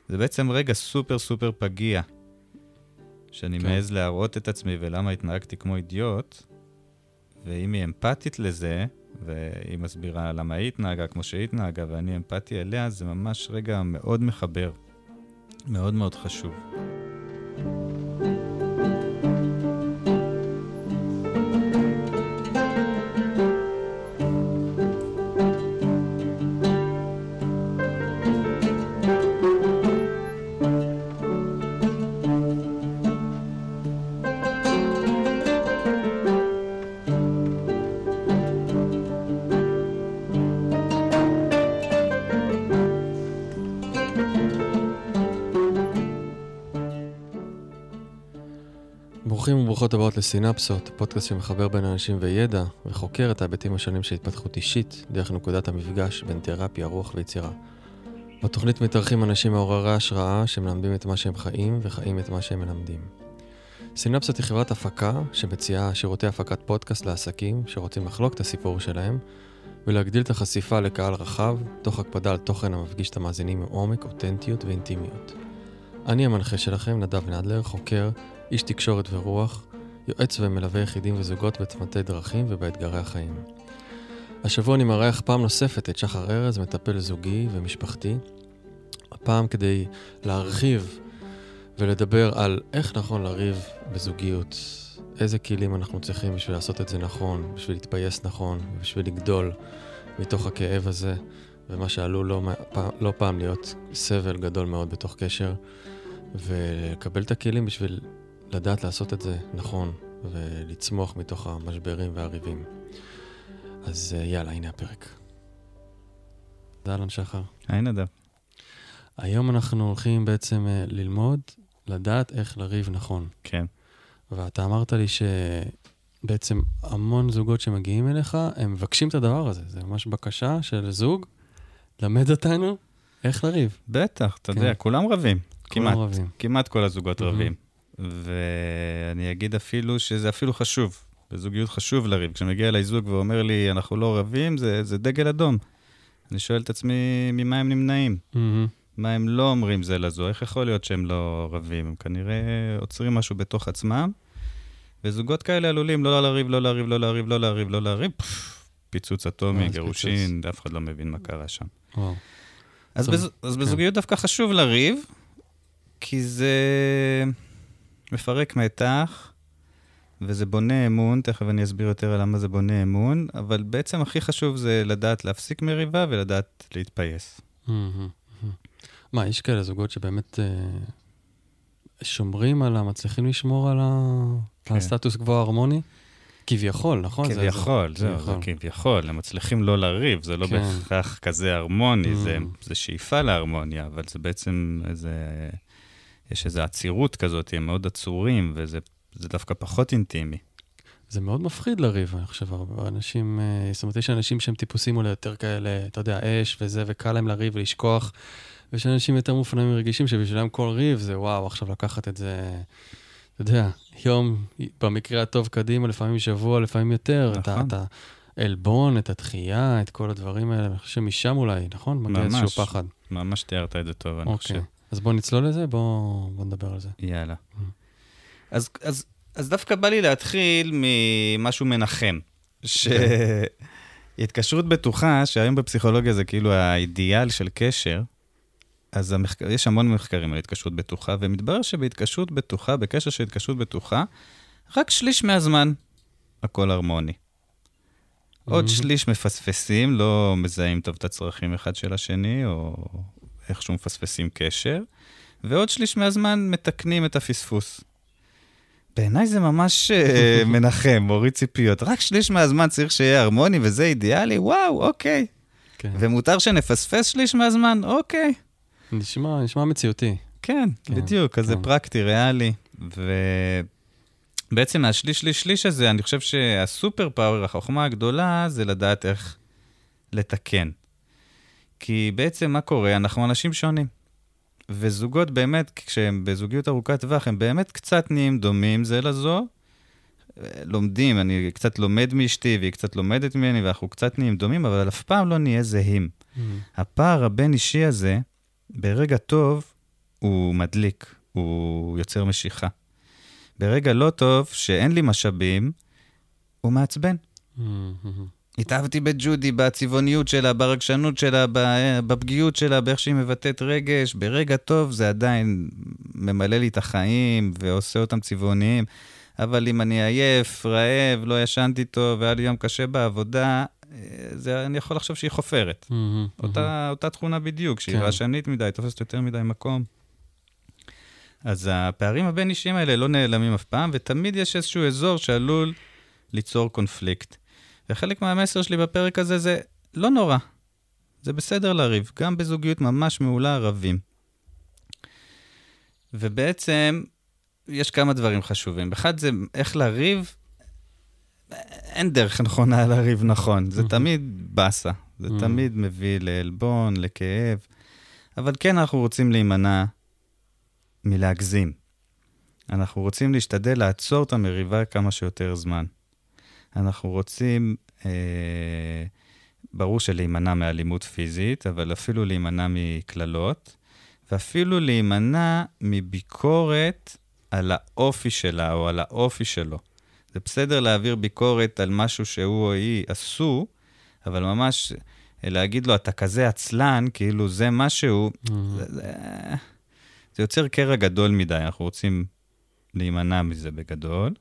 זה בעצם רגע סופר סופר פגיע, שאני מעז להראות את עצמי ולמה התנהגתי כמו אידיוט, ואם היא אמפתית לזה, והיא מסבירה למה היא התנהגה כמו שהיא התנהגה, ואני אמפתי אליה, זה ממש רגע מאוד מחבר, מאוד מאוד חשוב. ברוכים וברוכות הבאות לסינפסות, פודקאסט שמחבר בין אנשים וידע וחוקר את ההיבטים השונים של התפתחות אישית דרך נקודת המפגש בין תרפיה, רוח ויצירה. בתוכנית מתארחים אנשים מעוררי השראה שמלמדים את מה שהם חיים וחיים את מה שהם מלמדים. סינפסות היא חברת הפקה שמציעה שירותי הפקת פודקאסט לעסקים שרוצים לחלוק את הסיפור שלהם ולהגדיל את החשיפה לקהל רחב תוך הקפדה על תוכן המפגיש את המאזינים עם עומק, אותנטיות ואינטימיות. אני המנחה שלכם, נדב נדלר, חוקר, איש תקשורת ורוח, יועץ ומלווה יחידים וזוגות בצמתי דרכים ובאתגרי החיים. השבוע אני מארח פעם נוספת את שחר ארז, מטפל זוגי ומשפחתי, הפעם כדי להרחיב ולדבר על איך נכון לריב בזוגיות, איזה כלים אנחנו צריכים בשביל לעשות את זה נכון, בשביל להתפייס נכון, בשביל לגדול מתוך הכאב הזה, ומה שעלול לא פעם להיות סבל גדול מאוד בתוך קשר, ולקבל את הכלים בשביל לדעת לעשות את זה נכון, ולצמוח מתוך המשברים והריבים. אז יאללה, הנה הפרק. אהלן שחר. היי נדב. היום אנחנו הולכים בעצם ללמוד, לדעת איך לריב נכון. כן. ואתה אמרת לי שבעצם המון זוגות שמגיעים אליך, הם מבקשים את הדבר הזה. זה ממש בקשה של זוג, למד אותנו איך לריב. בטח, אתה יודע, כולם רבים. כולם רבים. כמעט כל הזוגות רבים. ואני אגיד אפילו שזה אפילו חשוב. בזוגיות חשוב לריב. כשמגיע אליי זוג ואומר לי, אנחנו לא רבים, זה דגל אדום. אני שואל את עצמי, ממה הם נמנעים? מה הם לא אומרים זה לזו? איך יכול להיות שהם לא רבים? הם כנראה עוצרים משהו בתוך עצמם, וזוגות כאלה עלולים לא לריב, לא לריב, לא לריב, לא לריב, לא לריב, פיצוץ אטומי, גירושין, אף אחד לא מבין מה קרה שם. אז בזוגיות דווקא חשוב לריב, כי זה מפרק מתח, וזה בונה אמון, תכף אני אסביר יותר על למה זה בונה אמון, אבל בעצם הכי חשוב זה לדעת להפסיק מריבה ולדעת להתפייס. מה, יש כאלה זוגות שבאמת שומרים מצליחים לשמור על הסטטוס קוו ההרמוני? כביכול, נכון? כביכול, זה כביכול. הם מצליחים לא לריב, זה לא בהכרח כזה הרמוני, זה שאיפה להרמוניה, אבל זה בעצם יש איזו עצירות כזאת, הם מאוד עצורים, וזה דווקא פחות אינטימי. זה מאוד מפחיד לריב, אני חושב, אנשים, זאת אומרת, יש אנשים שהם טיפוסים אולי יותר כאלה, אתה יודע, אש וזה, וקל להם לריב ולשכוח, ויש אנשים יותר מופנמים ורגישים, שבשבילם כל ריב זה וואו, עכשיו לקחת את זה, אתה יודע, יום, במקרה הטוב קדימה, לפעמים שבוע, לפעמים יותר, את העלבון, את התחייה, את כל הדברים האלה, אני חושב שמשם אולי, נכון? מגיע איזשהו פחד. ממש תיארת את זה טוב, אני חושב. אז בוא נצלול לזה, בוא נדבר על זה. יאללה. אז דווקא בא לי להתחיל ממשהו מנחם, שהתקשרות בטוחה, שהיום בפסיכולוגיה זה כאילו האידיאל של קשר, אז יש המון מחקרים על התקשרות בטוחה, ומתברר שבהתקשרות בטוחה, בקשר של התקשרות בטוחה, רק שליש מהזמן הכל הרמוני. עוד שליש מפספסים, לא מזהים טוב את הצרכים אחד של השני, או איכשהו מפספסים קשר, ועוד שליש מהזמן מתקנים את הפספוס. בעיניי זה ממש מנחם, מוריד ציפיות. רק שליש מהזמן צריך שיהיה הרמוני, וזה אידיאלי, וואו, אוקיי. ומותר שנפספס שליש מהזמן, אוקיי. נשמע מציאותי. כן, בדיוק, אז זה פרקטי, ריאלי. ובעצם מהשליש הזה, אני חושב שהסופר פאוור, החוכמה הגדולה, זה לדעת איך לתקן. כי בעצם מה קורה? אנחנו אנשים שונים. וזוגות באמת, כשהם בזוגיות ארוכת טווח, הם באמת קצת נהיים דומים זה לזו. לומדים, אני קצת לומד מאשתי, והיא קצת לומדת ממני, ואנחנו קצת נהיים דומים, אבל אף פעם לא נהיה זהים. הפער הבין אישי הזה, ברגע טוב, הוא מדליק, הוא יוצר משיכה. ברגע לא טוב, שאין לי משאבים, הוא מעצבן. התאהבתי בג'ודי, בצבעוניות שלה, ברגשנות שלה, בפגיעות שלה, באיך שהיא מבטאת רגש. ברגע טוב זה עדיין ממלא לי את החיים ועושה אותם צבעוניים. אבל אם אני עייף, רעב, לא ישנתי טוב, והיה לי יום קשה בעבודה, אני יכול לחשוב שהיא חופרת. אותה תכונה בדיוק, שהיא רעשנית מדי, תופסת יותר מדי מקום. אז הפערים הבין אישיים האלה לא נעלמים אף פעם, ותמיד יש איזשהו אזור שעלול ליצור קונפליקט. וחלק מהמסר שלי בפרק הזה זה לא נורא. זה בסדר לריב. גם בזוגיות ממש מעולה רבים. ובעצם יש כמה דברים חשובים. אחד זה איך לריב, אין דרך נכונה לריב נכון. זה תמיד בסה. זה תמיד מביא לעלבון, לכאב. אבל כן אנחנו רוצים להימנע מלהגזים. אנחנו רוצים להשתדל לעצור את המריבה כמה שיותר זמן. אנחנו רוצים, ברור שלהימנע מאלימות פיזית, אבל אפילו להימנע מכללות, ואפילו להימנע מביקורת על האופי שלה או על האופי שלו. זה בסדר להעביר ביקורת על משהו שהוא או היא עשו, אבל ממש להגיד לו, אתה כזה עצלן, כאילו זה משהו, זה יוצר קרע גדול מדי, אנחנו רוצים להימנע מזה בגדול.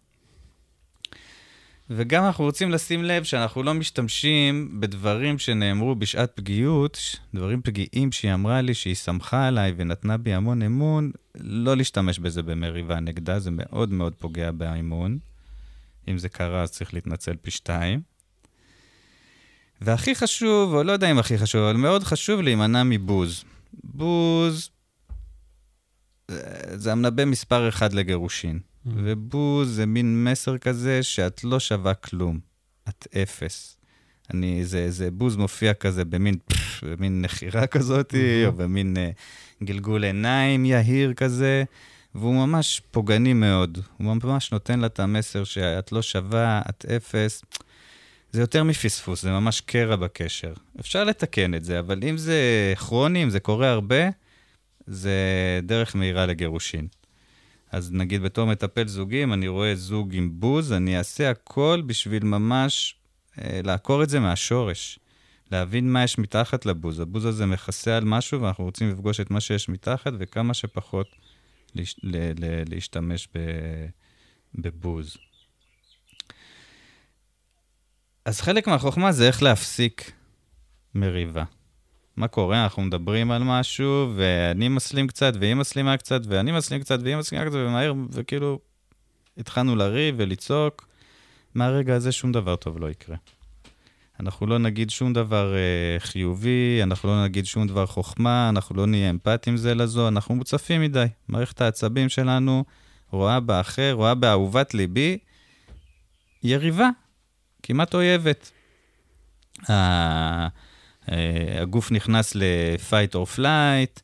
וגם אנחנו רוצים לשים לב שאנחנו לא משתמשים בדברים שנאמרו בשעת פגיעות, דברים פגיעים שהיא אמרה לי, שהיא שמחה עליי ונתנה בי המון אמון, לא להשתמש בזה במריבה נגדה, זה מאוד מאוד פוגע באמון. אם זה קרה, אז צריך להתנצל פי 2. והכי חשוב, או לא יודע אם הכי חשוב, אבל מאוד חשוב להימנע מבוז. בוז, זה המנבא מספר 1 לגירושין. ובוז זה מין מסר כזה שאת לא שווה כלום. את אפס. זה בוז מופיע כזה במין נחירה כזאת, או במין גלגול עיניים יהיר כזה, והוא ממש פוגעני מאוד. הוא ממש נותן לה את המסר שאת לא שווה, את אפס. זה יותר מפספוס, זה ממש קרע בקשר. אפשר לתקן את זה, אבל אם זה כרוני, אם זה קורה הרבה, זה דרך מהירה לגירושין. אז נגיד בתור מטפל זוגים, אני רואה זוג עם בוז, אני אעשה הכל בשביל ממש לעקור את זה מהשורש. להבין מה יש מתחת לבוז. הבוז הזה מכסה על משהו, ואנחנו רוצים לפגוש את מה שיש מתחת, וכמה שפחות להשתמש בבוז. אז חלק מהחוכמה זה איך להפסיק מריבה. מה קורה? אנחנו מדברים על משהו, ואני מסלים קצת, והיא מסלימה קצת, ואני מסלים קצת, והיא מסלימה קצת, ומהר, וכאילו, התחלנו לריב ולצעוק. מהרגע הזה שום דבר טוב לא יקרה. אנחנו לא נגיד שום דבר חיובי, אנחנו לא נגיד שום דבר חוכמה, אנחנו לא נהיה אמפתיים זה לזו, אנחנו מוצפים מדי. מערכת העצבים שלנו רואה באחר, רואה באהובת ליבי, יריבה, כמעט אויבת. הגוף נכנס ל-fight or flight,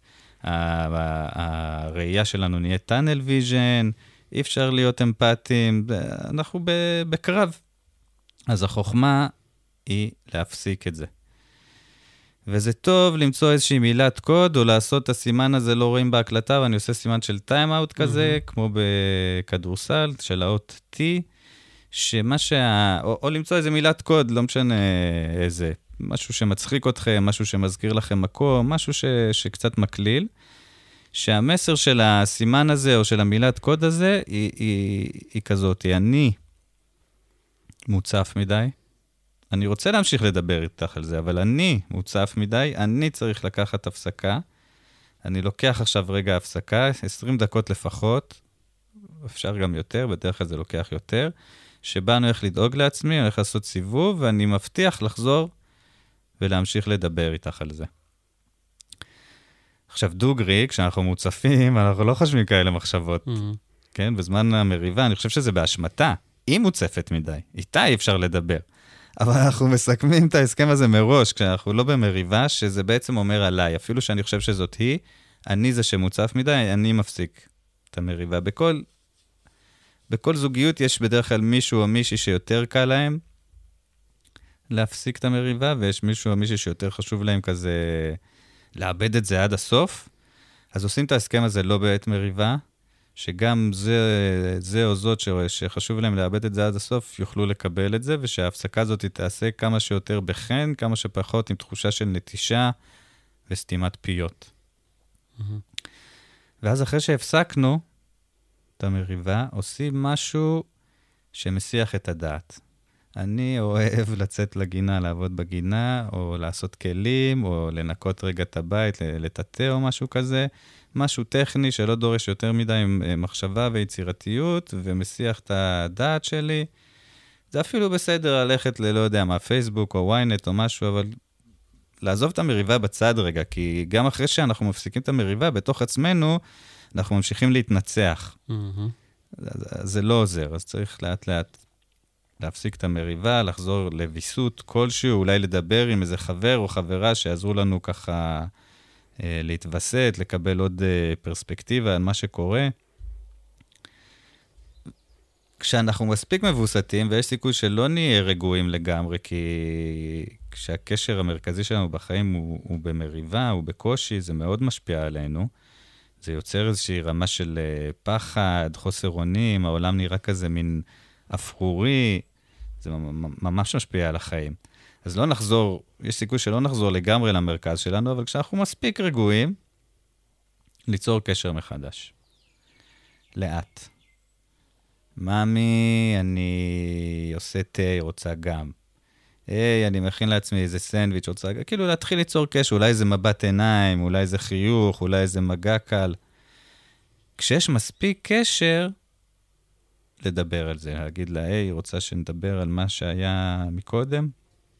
הראייה שלנו נהיה tunnel vision, אי אפשר להיות אמפתיים, אנחנו בקרב. אז החוכמה היא להפסיק את זה. וזה טוב למצוא איזושהי מילת קוד, או לעשות את הסימן הזה, לא רואים בהקלטה, ואני עושה סימן של time out כזה, כמו בכדורסל, של האות T, או למצוא איזה מילת קוד, לא משנה איזה, משהו שמצחיק אתכם, משהו שמזכיר לכם מקום, משהו שקצת מקליל, שהמסר של הסימן הזה, או של המילת קוד הזה, היא כזאת, אני מוצף מדי, אני רוצה להמשיך לדבר איתך על זה, אבל אני מוצף מדי, אני צריך לקחת הפסקה, אני לוקח עכשיו רגע הפסקה, 20 דקות לפחות, אפשר גם יותר, בדרך כלל זה לוקח יותר, שבאנו איך לדאוג לעצמי, איך לעשות סיבוב, ואני מבטיח לחזור ולהמשיך לדבר איתך על זה. עכשיו, דוגרי, כשאנחנו מוצפים, אנחנו לא חושבים כאלה מחשבות. כן? בזמן המריבה, אני חושב שזה באשמתה. היא מוצפת מדי. איתה אי אפשר לדבר. אבל אנחנו מסכמים את ההסכם הזה מראש, כשאנחנו לא במריבה, שזה בעצם אומר עליי. אפילו שאני חושב שזאת היא, אני זה שמוצף מדי, אני מפסיק את המריבה. בכל זוגיות יש בדרך כלל מישהו או מישהי שיותר קל להם להפסיק את המריבה, ויש מישהו או מישהי שיותר חשוב להם כזה לאבד את זה עד הסוף, אז עושים את ההסכם הזה לא בעת מריבה, שגם זה או זאת שחשוב להם לאבד את זה עד הסוף, יוכלו לקבל את זה, ושההפסקה הזאת תעשה כמה שיותר בחן, כמה שפחות עם תחושה של נטישה וסתימת פיות. ואז אחרי שהפסקנו את המריבה, עושים משהו שמסיח את הדעת. אני אוהב לצאת לגינה, לעבוד בגינה, או לעשות כלים, או לנקות רגע את הבית, לטאטא או משהו כזה. משהו טכני שלא דורש יותר מדי מחשבה ויצירתיות, ומסיח את הדעת שלי. זה אפילו בסדר ללכת ללא יודע מה, פייסבוק או וויינט או משהו, אבל לעזוב את המריבה בצד רגע, כי גם אחרי שאנחנו מפסיקים את המריבה, בתוך עצמנו, אנחנו ממשיכים להתנצח. זה לא עוזר, אז צריך לאט לאט להפסיק את המריבה, לחזור לביסות כלשהו, אולי לדבר עם איזה חבר או חברה שיעזרו לנו ככה להתווסת, לקבל עוד פרספקטיבה על מה שקורה. כשאנחנו מספיק מבוסתים, ויש סיכוי שלא נהיה רגועים לגמרי, כי כשהקשר המרכזי שלנו בחיים הוא במריבה, הוא בקושי, זה מאוד משפיע עלינו. זה יוצר איזושהי רמה של פחד, חוסר אונים, העולם נראה כזה מין אפרורי, זה ממש משפיע על החיים. אז לא נחזור, יש סיכוי שלא נחזור לגמרי למרכז שלנו, אבל כשאנחנו מספיק רגועים, ליצור קשר מחדש. לאט. ממי, אני עושה תה, רוצה גם. אני מכין לעצמי איזה סנדוויץ', רוצה גם. כאילו להתחיל ליצור קשר, אולי זה מבט עיניים, אולי זה חיוך, אולי זה מגע קל. כשיש מספיק קשר, לדבר על זה, להגיד לה, רוצה שנדבר על מה שהיה מקודם.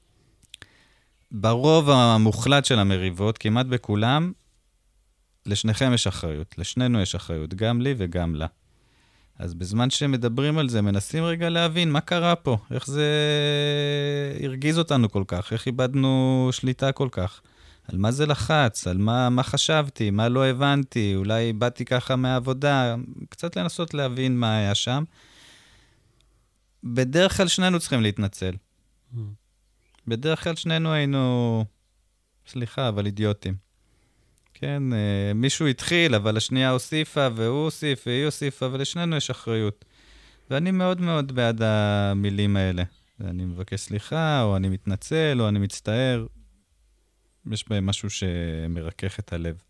ברוב המוחלט של המריבות, כמעט בכולם, לשניכם יש אחריות, לשנינו יש אחריות, גם לי וגם לה. אז בזמן שמדברים על זה, מנסים רגע להבין מה קרה פה, איך זה הרגיז אותנו כל כך, איך איבדנו שליטה כל כך, על מה זה לחץ, על מה חשבתי, מה לא הבנתי, אולי באתי ככה מהעבודה, קצת לנסות להבין מה היה שם. בדרך כלל שנינו צריכים להתנצל. בדרך כלל שנינו היינו, סליחה, אבל אידיוטים. כן, מישהו התחיל, אבל השנייה הוסיפה, והוא הוסיף, והיא הוסיפה, אבל לשנינו יש אחריות. ואני מאוד מאוד בעד המילים האלה. אני מבקש סליחה, או אני מתנצל, או אני מצטער. יש בהם משהו שמרכך את הלב.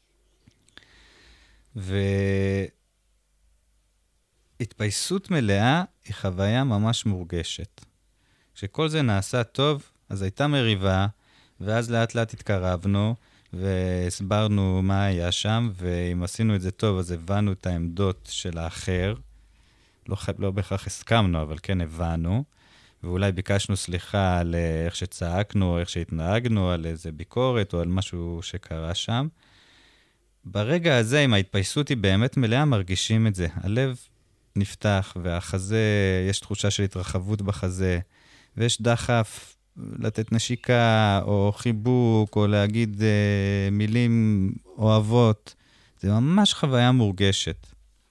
והתפייסות מלאה היא חוויה ממש מורגשת. כשכל זה נעשה טוב, אז הייתה מריבה, ואז לאט לאט התקרבנו, והסברנו מה היה שם, ואם עשינו את זה טוב, אז הבנו את העמדות של האחר. לא בהכרח הסכמנו, אבל כן הבנו. ואולי ביקשנו סליחה על איך שצעקנו, או איך שהתנהגנו, על איזה ביקורת, או על משהו שקרה שם. ברגע הזה, אם ההתפייסות היא באמת מלאה, מרגישים את זה. הלב נפתח, והחזה, יש תחושה של התרחבות בחזה, ויש דחף לתת נשיקה, או חיבוק, או להגיד מילים אוהבות. זה ממש חוויה מורגשת.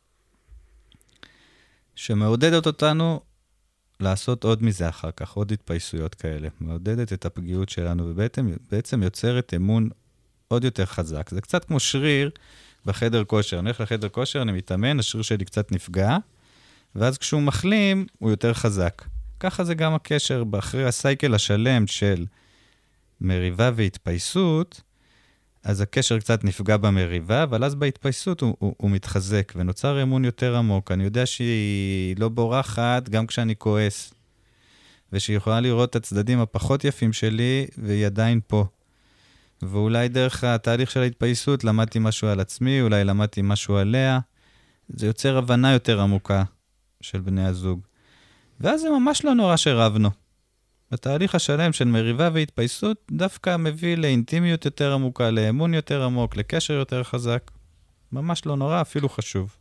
שמעודדת אותנו לעשות עוד מזה אחר כך, עוד התפייסויות כאלה. מעודדת את הפגיעות שלנו, ובעצם יוצרת אמון עוד יותר חזק. זה קצת כמו שריר בחדר כושר. אני הולך לחדר כושר, אני מתאמן, השריר שלי קצת נפגע, ואז כשהוא מחלים, הוא יותר חזק. ככה זה גם הקשר, אחרי הסייקל השלם של מריבה והתפייסות, אז הקשר קצת נפגע במריבה, אבל אז בהתפייסות הוא מתחזק, ונוצר אמון יותר עמוק. אני יודע שהיא לא בורחת, גם כשאני כועס, ושהיא יכולה לראות את הצדדים הפחות יפים שלי, והיא עדיין פה. ואולי דרך התהליך של ההתפייסות למדתי משהו על עצמי, אולי למדתי משהו עליה. זה יוצר הבנה יותר עמוקה של בני הזוג. ואז זה ממש לא נורא שרבנו. התהליך השלם של מריבה והתפייסות דווקא מביא לאינטימיות יותר עמוקה, לאמון יותר עמוק, לקשר יותר חזק. ממש לא נורא, אפילו חשוב.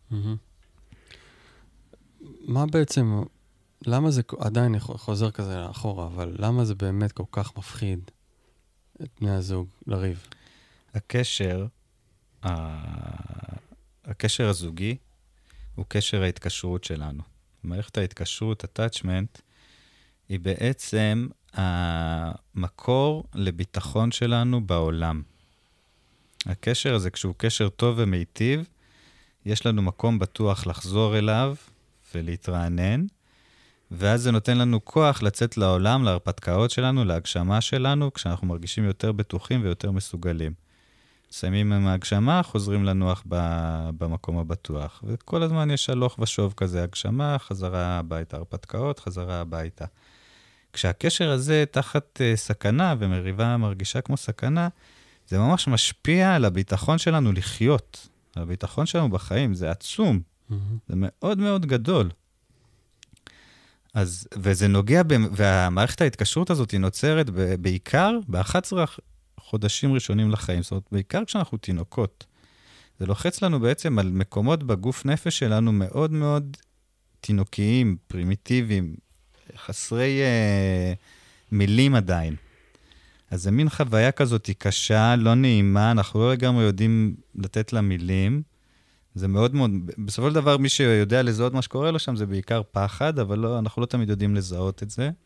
מה בעצם, למה זה עדיין חוזר כזה לאחורה, אבל למה זה באמת כל כך מפחיד את בני הזוג לריב? הקשר הזוגי הוא קשר ההתקשרות שלנו. מערכת ההתקשרות, attachment, היא בעצם המקור לביטחון שלנו בעולם. הקשר הזה, כשהוא קשר טוב ומיטיב, יש לנו מקום בטוח לחזור אליו ולהתרענן, ואז זה נותן לנו כוח לצאת לעולם, להרפתקאות שלנו, להגשמה שלנו, כשאנחנו מרגישים יותר בטוחים ויותר מסוגלים. סיימים עם ההגשמה, חוזרים לנוח במקום הבטוח. וכל הזמן יש הלוך ושוב כזה, הגשמה, חזרה הביתה, הרפתקאות, חזרה הביתה. כשהקשר הזה תחת סכנה, ומריבה מרגישה כמו סכנה, זה ממש משפיע על הביטחון שלנו לחיות. על הביטחון שלנו בחיים, זה עצום. זה מאוד מאוד גדול. אז, וזה נוגע, והמערכת ההתקשרות הזאת היא נוצרת בעיקר ב-11 חודשים ראשונים לחיים. זאת אומרת, בעיקר כשאנחנו תינוקות. זה לוחץ לנו בעצם על מקומות בגוף נפש שלנו מאוד מאוד תינוקיים, פרימיטיביים, חסרי מילים עדיין. אז זה מין חוויה כזאת היא קשה, לא נעימה, אנחנו לא לגמרי יודעים לתת לה מילים. זה מאוד מאוד, בסופו של דבר מי שיודע לזהות מה שקורה לו שם זה בעיקר פחד, אבל לא, אנחנו לא תמיד יודעים לזהות את זה.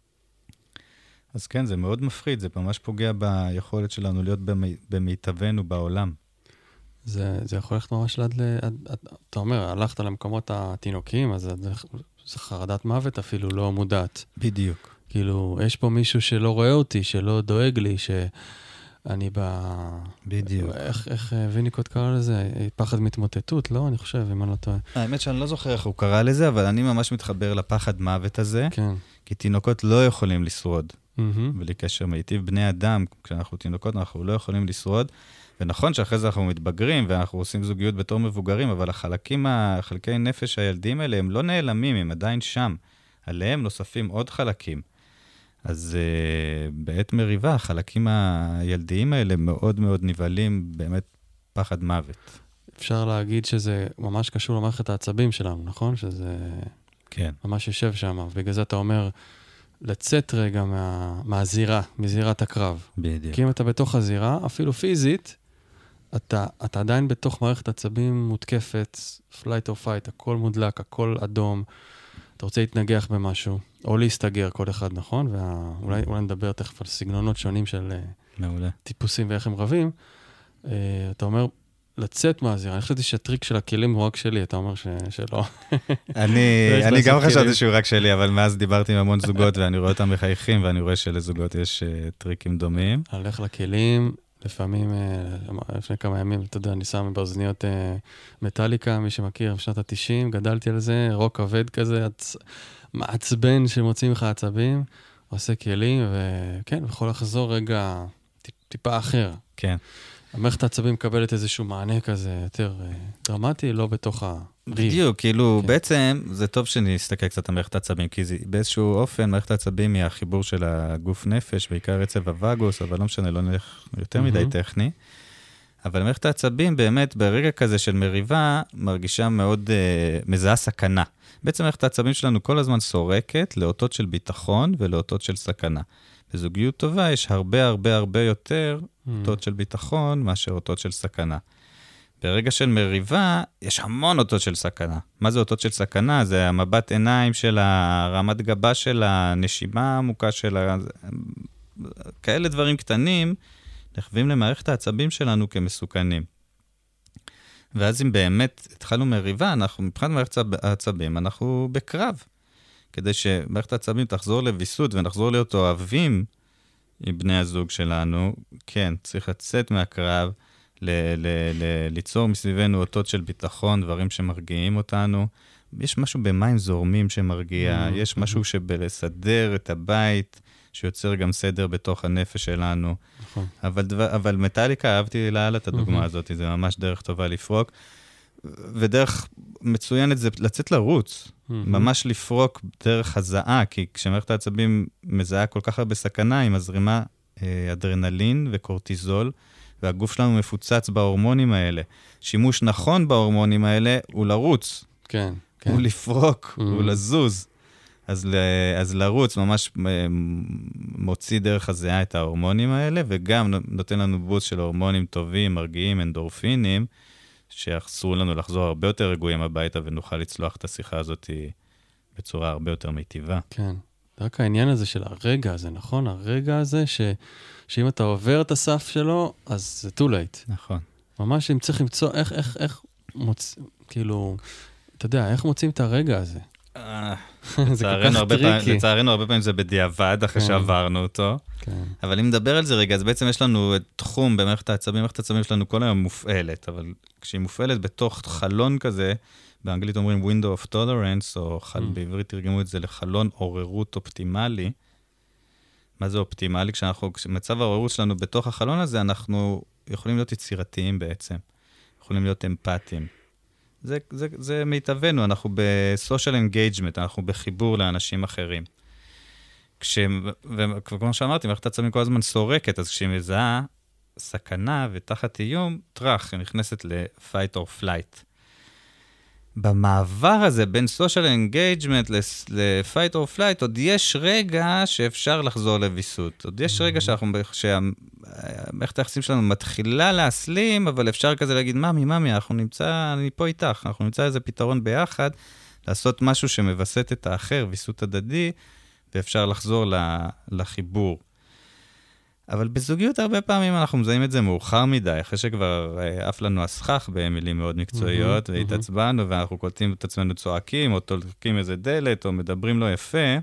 אז כן, זה מאוד מפחיד, זה ממש פוגע ביכולת שלנו להיות במיטבנו בעולם. זה יכול ללכת ממש אתה אומר, הלכת למקומות התינוקיים, אז זה חרדת מוות אפילו לא מודעת. בדיוק. כאילו, יש פה מישהו שלא רואה אותי, שלא דואג לי, שאני בדיוק. איך ויניקוט קרא לזה? פחד מתמוטטות, לא? אני חושב, אם אני לא טועה. האמת שאני לא זוכר איך הוא קרא לזה, אבל אני ממש מתחבר לפחד מוות הזה, כן. כי תינוקות לא יכולים לשרוד. בלי קשר מיטיב, בני אדם, כשאנחנו תינוקות, אנחנו לא יכולים לשרוד, ונכון שאחרי זה אנחנו מתבגרים, ואנחנו עושים זוגיות בתור מבוגרים, אבל חלקי נפש הילדים האלה, הם לא נעלמים, הם עדיין שם. עליהם נוספים עוד חלקים. אז בעת מריבה, החלקים הילדיים האלה מאוד מאוד נבהלים, באמת פחד מוות. אפשר להגיד שזה ממש קשור למערכת העצבים שלנו, נכון? שזה כן. ממש יושב שם. בגלל זה אתה אומר, לצאת רגע מהזירה, מזירת הקרב. בדיוק. כי אם אתה בתוך הזירה, אפילו פיזית, אתה עדיין בתוך מערכת עצבים מותקפת, flight or fight, הכל מודלק, הכל אדום. אתה רוצה להתנגח במשהו, או להסתגר כל אחד, נכון? ואולי נדבר תכף על סגנונות שונים של טיפוסים ואיך הם רבים. אתה אומר, לצאת מהזירה. אני חשבתי שהטריק של הכלים הוא רק שלי, אתה אומר שלא. אני גם חשבתי שהוא רק שלי, אבל מאז דיברתי עם המון זוגות, ואני רואה אותם מחייכים, ואני רואה שלזוגות יש טריקים דומים. הלך לכלים, לפעמים, לפני כמה ימים, אתה יודע, אני שם באוזניות מטליקה, מי שמכיר, בשנת ה-90, גדלתי על זה, רוק כבד כזה, מעצבן שמוצאים לך עצבים, עושה כלים, וכן, יכול לחזור רגע טיפה אחר. כן. המערכת העצבים מקבלת איזשהו מענה כזה יותר דרמטי, לא בתוך הריב. בדיוק, כאילו, בעצם זה טוב שנסתכל קצת על מערכת העצבים, כי באיזשהו אופן מערכת העצבים היא החיבור של הגוף נפש, בעיקר עצב הווגוס, אבל לא משנה, לא נלך יותר מדי טכני. אבל מערכת העצבים באמת ברגע כזה של מריבה מרגישה מאוד מזהה סכנה. בעצם מערכת העצבים שלנו כל הזמן סורקת לאותות של ביטחון ולאותות של סכנה. בזוגיות טובה יש הרבה יותר אותות של ביטחון מאשר אותות של סכנה. ברגע של מריבה, יש המון אותות של סכנה. מה זה אותות של סכנה? זה המבט עיניים של הרמת גבה של הנשימה העמוקה של כאלה דברים קטנים, נחווים למערכת העצבים שלנו כמסוכנים. ואז אם באמת התחלנו מריבה, אנחנו מבחינת מערכת העצבים, אנחנו בקרב. כדי שמערכת העצבים תחזור לביסות ונחזור להיות אוהבים עם בני הזוג שלנו, כן, צריך לצאת מהקרב, ליצור מסביבנו אותות של ביטחון, דברים שמרגיעים אותנו. יש משהו במים זורמים שמרגיע, יש משהו שבלסדר את הבית, שיוצר גם סדר בתוך הנפש שלנו. אבל מטליקה, אהבתי לעלה את הדוגמה הזאת, זה ממש דרך טובה לפרוק, ודרך מצוינת זה לצאת לרוץ, ממש לפרוק דרך הזעה, כי כשמערכת העצבים מזהה כל כך הרבה סכנה, היא מזרימה אדרנלין וקורטיזול, והגוף שלנו מפוצץ בהורמונים האלה. שימוש נכון בהורמונים האלה הוא לרוץ. כן. הוא לפרוק, הוא לזוז. אז לרוץ ממש מוציא דרך הזיעה את ההורמונים האלה, וגם נותן לנו בוסט של הורמונים טובים, מרגיעים, אנדורפינים, שיחסרו לנו לחזור הרבה יותר רגועים הביתה, ונוכל לצלוח את השיחה הזאת בצורה הרבה יותר מיטיבה. כן. רק העניין הזה של הרגע הזה, נכון? הרגע הזה שאם אתה עובר את הסף שלו, אז זה too late. נכון. ממש אם צריך למצוא, איך כאילו, אתה יודע, איך מוצאים את הרגע הזה? זה כל כך טריקי. לצערנו הרבה פעמים זה בדיעבד, אחרי שעברנו אותו. אבל אם נדבר על זה רגע, אז בעצם יש לנו תחום במערכת העצבים, מערכת העצבים שלנו כל היום מופעלת, אבל כשהיא מופעלת בתוך חלון כזה, באנגלית אומרים window of tolerance, או בעברית תרגמו את זה לחלון עוררות אופטימלי. מה זה אופטימלי? כשמצב העוררות שלנו בתוך החלון הזה, אנחנו יכולים להיות יצירתיים בעצם. יכולים להיות אמפתיים. זה מיטבנו, אנחנו ב-social engagement, אנחנו בחיבור לאנשים אחרים. וכמו שאמרתי, מערכת העצבים כל הזמן סורקת, אז כשהיא מזהה סכנה ותחת איום, טרח, היא נכנסת ל-fight or flight. במעבר הזה בין social engagement ל-fight or flight, עוד יש רגע שאפשר לחזור לביסות. עוד יש רגע שהמערכת היחסים שלנו מתחילה להסלים, אבל אפשר כזה להגיד, ממי, אני פה איתך, אנחנו נמצא איזה פתרון ביחד, לעשות משהו שמבסט את האחר, ויסות הדדי, ואפשר לחזור לחיבור. אבל בזוגיות הרבה פעמים אנחנו מזהים את זה מאוחר מדי, אחרי שכבר עף לנו הסכך במילים מאוד מקצועיות, והתעצבנו, ואנחנו קולטים את עצמנו צועקים, או תולקים איזה דלת, או מדברים לא יפה,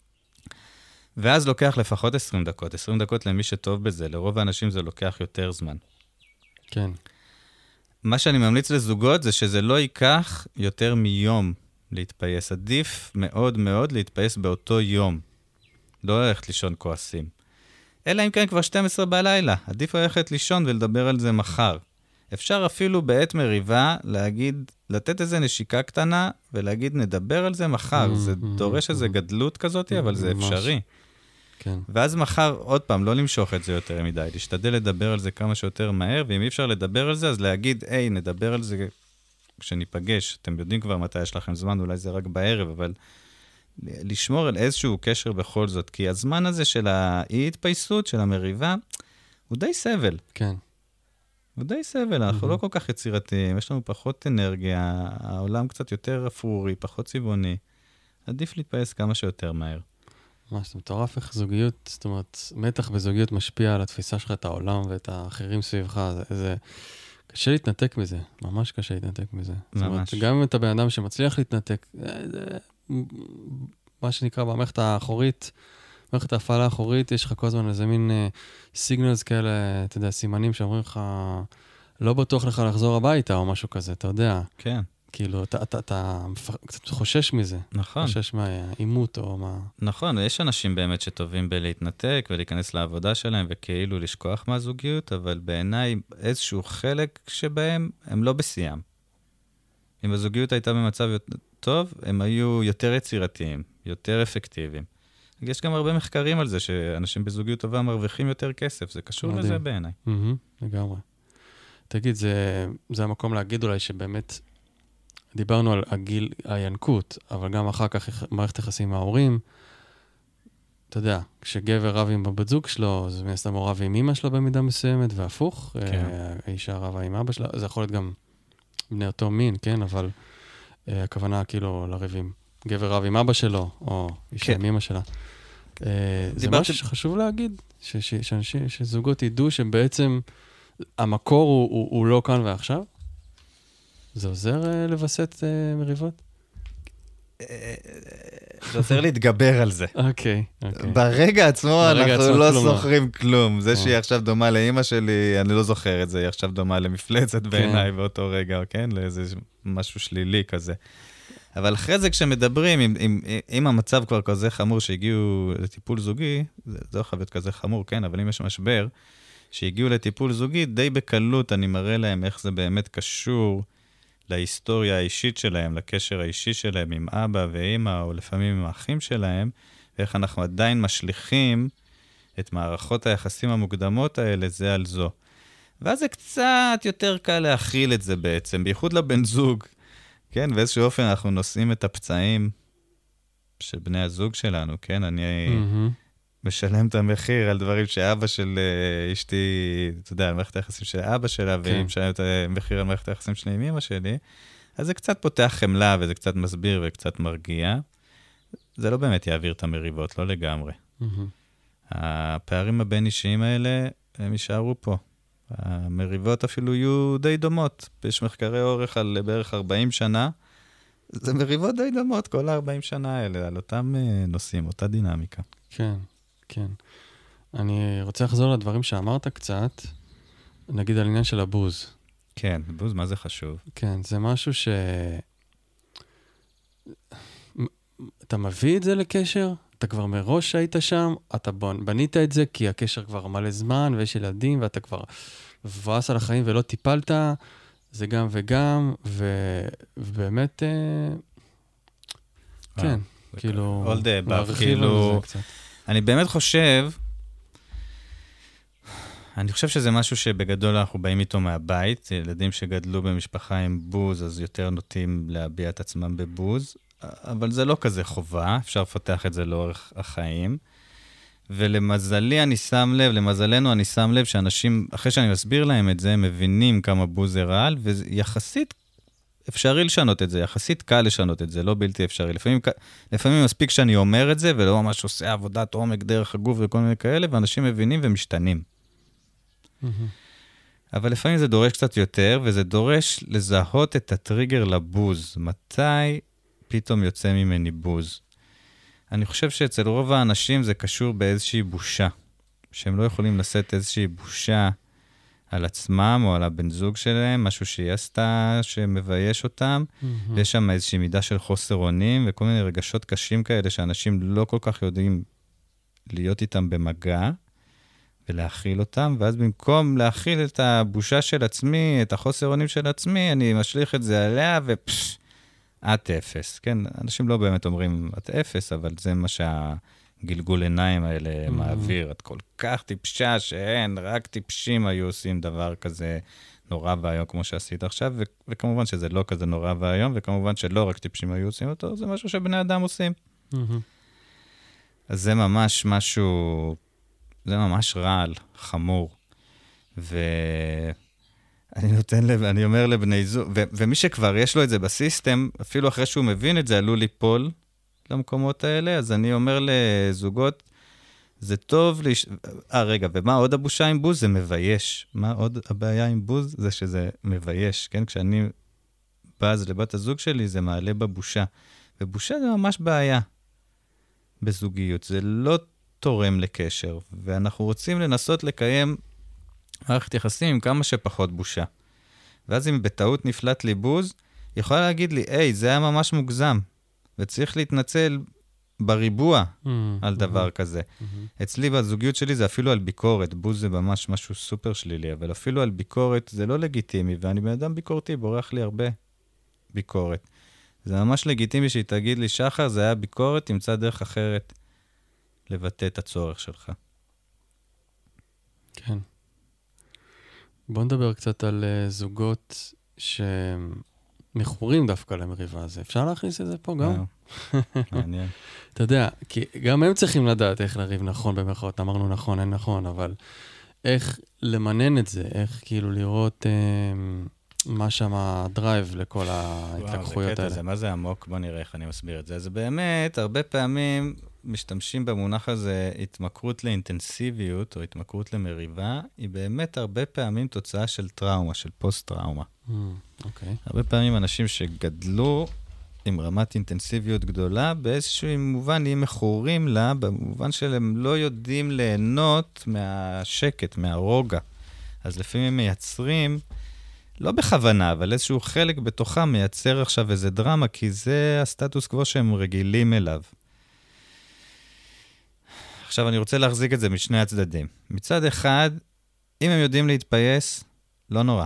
ואז לוקח לפחות 20 דקות. 20 דקות למי שטוב בזה, לרוב האנשים זה לוקח יותר זמן. כן. מה שאני ממליץ לזוגות זה שזה לא ייקח יותר מיום להתפייס. עדיף מאוד מאוד להתפייס באותו יום. לא ללכת לישון כועסים. אלא אם כן כבר 12 בלילה. עדיף ללכת לישון ולדבר על זה מחר. אפשר אפילו בעת מריבה לתת איזה נשיקה קטנה ולהגיד נדבר על זה מחר. זה דורש איזה גדלות כזאת, אבל זה אפשרי. כן. ואז מחר עוד פעם לא למשוך את זה יותר מדי. להשתדל לדבר על זה כמה שיותר מהר, ואם אי אפשר לדבר על זה, אז להגיד, נדבר על זה כשניפגש. אתם יודעים כבר מתי יש לכם זמן, אולי זה רק בערב, אבל לשמור על איזשהו קשר בכל זאת, כי הזמן הזה של האי-התפייסות, של המריבה, הוא די סבל. כן. הוא די סבל, אנחנו לא כל כך יצירתיים, יש לנו פחות אנרגיה, העולם קצת יותר אפרורי, פחות צבעוני. עדיף להתפייס כמה שיותר מהר. ממש, זה מטורף איך זוגיות, זאת אומרת, מתח בזוגיות משפיע על התפיסה שלך, את העולם ואת האחרים סביבך, זה קשה להתנתק מזה, ממש קשה להתנתק מזה. ממש. זאת אומרת, גם אם אתה בן אדם שמצליח להתנתק, זה מה שנקרא במערכת האחורית, במערכת ההפעלה האחורית, יש לך כל הזמן איזה מין סיגנלס כאלה, אתה יודע, סימנים שאומרים לך, לא בטוח לך לחזור הביתה או משהו כזה, אתה יודע. כן. כאילו, אתה קצת חושש מזה. נכון. חושש מהאימות או מה... נכון, יש אנשים באמת שטובים בלהתנתק ולהיכנס לעבודה שלהם וכאילו לשכוח מהזוגיות, אבל בעיניי איזשהו חלק שבהם הם לא בסיים. אם הזוגיות הייתה במצב טוב, הם היו יותר יצירתיים, יותר אפקטיביים. יש גם הרבה מחקרים על זה שאנשים בזוגיות טובה מרוויחים יותר כסף, זה קשור לזה בעיניי. לגמרי. תגיד, זה המקום להגיד אולי שבאמת דיברנו על הגיל, הינקות, אבל גם אחר כך מערכת יחסים עם ההורים. אתה יודע, כשגבר רב עם הבת זוג שלו, אז מן הסתם הוא רב עם אמא שלו במידה מסוימת, והפוך. האישה רבה עם אבא שלה, זה יכול להיות גם בני אותו מין, כן? אבל הכוונה כאילו לריבים. גבר רב עם אבא שלו, או אישה עם אמא שלה. זה משהו שחשוב להגיד, שזוגות ידעו שבעצם המקור הוא לא כאן ועכשיו? זה עוזר לבסט מריבות? זה עוזר להתגבר על זה. אוקיי. ברגע עצמו אנחנו לא זוכרים כלום. זה שהיא עכשיו דומה לאמא שלי, אני לא זוכר את זה, היא עכשיו דומה למפלצת בעיניי באותו רגע, כן? לאיזה משהו שלילי כזה. אבל אחרי זה כשמדברים, אם המצב כבר כזה חמור שהגיעו לטיפול זוגי, זה לא יכול להיות כזה חמור, כן? אבל אם יש משבר, שהגיעו לטיפול זוגי, די בקלות אני מראה להם איך זה באמת קשור להיסטוריה האישית שלהם, לקשר האישי שלהם עם אבא ואמא, או לפעמים עם האחים שלהם, ואיך אנחנו עדיין משליכים את מערכות היחסים המוקדמות האלה זה על זו. ואז זה קצת יותר קל להכיל את זה בעצם, בייחוד לבן זוג. כן, באיזשהו אופן אנחנו נושאים את הפצעים של בני הזוג שלנו, כן? אני משלם את המחיר על דברים שאבא של אשתי, אתה יודע, על מערכת היחסים של אבא שלה, והיא משלם את המחיר על מערכת היחסים שלי עם אמא שלי, אז זה קצת פותח חמלה, וזה קצת מסביר וקצת מרגיע. זה לא באמת יעביר את המריבות, לא לגמרי. הפערים הבין-אישיים האלה, הם יישארו פה. המריבות אפילו יהיו די דומות. יש מחקרי אורך על בערך 40 שנה, זה מריבות די דומות, כל ה-40 שנה האלה, על אותם נושאים, אותה דינמיקה. כן, כן. אני רוצה לחזור לדברים שאמרת קצת, נגיד על עניין של הבוז. כן, בוז, מה זה חשוב? כן, זה משהו אתה מביא את זה לקשר, אתה כבר מראש היית שם, אתה בנית את זה כי הקשר כבר מלא זמן ויש ילדים ואתה כבר מבואס על החיים ולא טיפלת, זה גם וגם, ובאמת, כן, כאילו, להרחיב על זה קצת. אני באמת חושב, שזה משהו שבגדול אנחנו באים איתו מהבית, ילדים שגדלו במשפחה עם בוז, אז יותר נוטים להביע את עצמם בבוז, אבל זה לא כזה חובה, אפשר לפתח את זה לאורך החיים. ולמזלנו אני שם לב שאנשים, אחרי שאני מסביר להם את זה, מבינים כמה בוז זה רעל, ויחסית אפשרי לשנות את זה, יחסית קל לשנות את זה, לא בלתי אפשרי. לפעמים מספיק שאני אומר את זה, ולא ממש עושה עבודת עומק דרך הגוף וכל מיני כאלה, ואנשים מבינים ומשתנים. אבל לפעמים זה דורש קצת יותר, וזה דורש לזהות את הטריגר לבוז. מתי פתאום יוצא ממני בוז? אני חושב שאצל רוב האנשים זה קשור באיזושהי בושה, שהם לא יכולים לשאת איזושהי בושה על עצמם או על הבן זוג שלהם, משהו שהיא עשתה, שמבייש אותם, ויש שם איזושהי מידה של חוסר אונים, וכל מיני רגשות קשים כאלה, שאנשים לא כל כך יודעים להיות איתם במגע, ולהכיל אותם, ואז במקום להכיל את הבושה של עצמי, את החוסר אונים של עצמי, אני משליך את זה עליה, את אפס, כן? אנשים לא באמת אומרים, את אפס, אבל זה מה שהגלגול עיניים האלה מעביר. את כל כך טיפשה שאין, רק טיפשים היו עושים דבר כזה נורא והיום, כמו שעשית עכשיו, וכמובן שזה לא כזה נורא והיום, וכמובן שלא רק טיפשים היו עושים אותו, זה משהו שבני אדם עושים. אז זה ממש משהו, זה ממש רעל, חמור. אני אומר לבני זוג, ומי שכבר יש לו את זה בסיסטם, אפילו אחרי שהוא מבין את זה, עלול ליפול למקומות האלה, אז אני אומר לזוגות, זה טוב, רגע, ומה עוד הבושה עם בוז? זה מבייש. מה עוד הבעיה עם בוז? זה שזה מבייש, כן? כשאני בז לבת הזוג שלי, זה מעלה בבושה. ובושה זה ממש בעיה בזוגיות. זה לא תורם לקשר, ואנחנו רוצים לנסות לקיים מערכת יחסים עם כמה שפחות בושה. ואז אם בטעות נפלט לי בוז, יכולה להגיד לי, זה היה ממש מוגזם, וצריך להתנצל בריבוע על דבר כזה. אצלי בזוגיות שלי זה אפילו על ביקורת, בוז זה ממש משהו סופר שלילי, אבל אפילו על ביקורת זה לא לגיטימי, ואני בן אדם ביקורתי, בורח לי הרבה ביקורת. זה ממש לגיטימי שהיא תגיד לי, שחר, זה היה ביקורת, תמצא דרך אחרת לבטא את הצורך שלך. כן. בוא נדבר קצת על זוגות שמכורים דווקא למריבה הזה. אפשר להכניס את זה פה גם? מעניין. אתה יודע, כי גם הם צריכים לדעת איך לריב נכון במרכאות. אמרנו נכון, אין נכון, אבל איך למנן את זה, איך כאילו לראות מה שם הדרייב לכל ההתלקחויות האלה. מה זה עמוק? בוא נראה איך אני מסביר את זה. אז באמת, הרבה פעמים משתמשים במונח הזה, התמכרות לאינטנסיביות או התמכרות למריבה, היא באמת הרבה פעמים תוצאה של טראומה, של פוסט-טראומה. אוקיי. הרבה פעמים אנשים שגדלו עם רמת אינטנסיביות גדולה, באיזשהו מובן הם מכורים לה, במובן שהם לא יודעים ליהנות מהשקט, מהרוגע. אז לפעמים הם מייצרים, לא בכוונה, אבל איזשהו חלק בתוכם מייצר עכשיו איזה דרמה, כי זה הסטטוס קוו שהם רגילים אליו. עכשיו אני רוצה להחזיק את זה משני הצדדים. מצד אחד, אם הם יודעים להתפייס, לא נורא.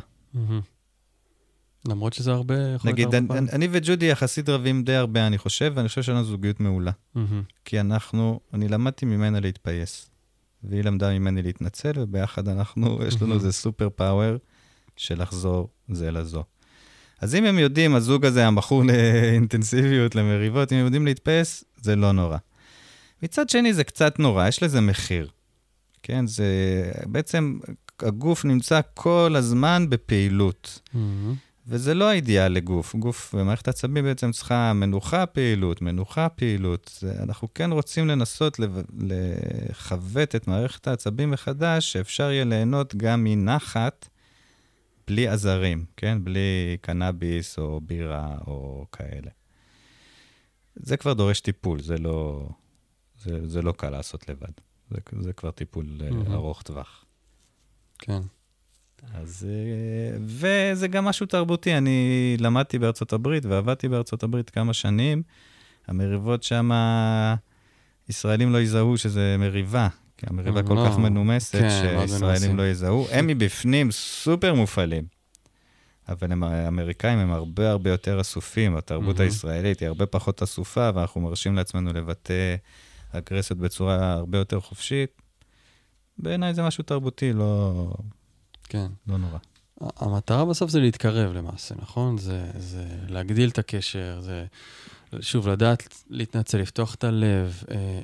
למרות שזה הרבה... נגיד, אני וג'ודי יחסית רבים די הרבה, אני חושב, ואני חושב שאנו זוגיות מעולה. כי אני למדתי ממנה להתפייס, והיא למדה ממני להתנצל, וביחד יש לנו איזה סופר פאוור של לחזור זה לזו. אז אם הם יודעים, הזוג הזה המכור לאינטנסיביות, למריבות, אם הם יודעים להתפייס, זה לא נורא. מצד שני זה קצת נורא, יש לזה מחיר. כן, זה בעצם הגוף נמצא כל הזמן בפעילות. וזה לא האידיאל לגוף. גוף ומערכת העצבים בעצם צריכה מנוחה פעילות. אנחנו כן רוצים לנסות לחוות את מערכת העצבים מחדש, שאפשר יהיה ליהנות גם מנחת, בלי עזרים, כן? בלי קנאביס או בירה או כאלה. זה כבר דורש טיפול, זה לא קל לעשות לבד. זה כבר טיפול ארוך טווח. כן. אז, וזה גם משהו תרבותי. אני למדתי בארצות הברית ועבדתי בארצות הברית כמה שנים. המריבות שם, ישראלים לא יזהו שזה מריבה. כי המריבה כל כך מנומסת שישראלים לא יזהו. הם מבפנים סופר מופעלים. אבל האמריקאים הם הרבה הרבה יותר אסופים. התרבות הישראלית היא הרבה פחות אסופה, ואנחנו מרשים לעצמנו לבטא אגרסיות בצורה הרבה יותר חופשית. בעיניי זה משהו תרבותי, לא נורא. המטרה בסוף זה להתקרב למעשה, נכון? זה להגדיל את הקשר, זה שוב לדעת להתנצל, לפתוח את הלב,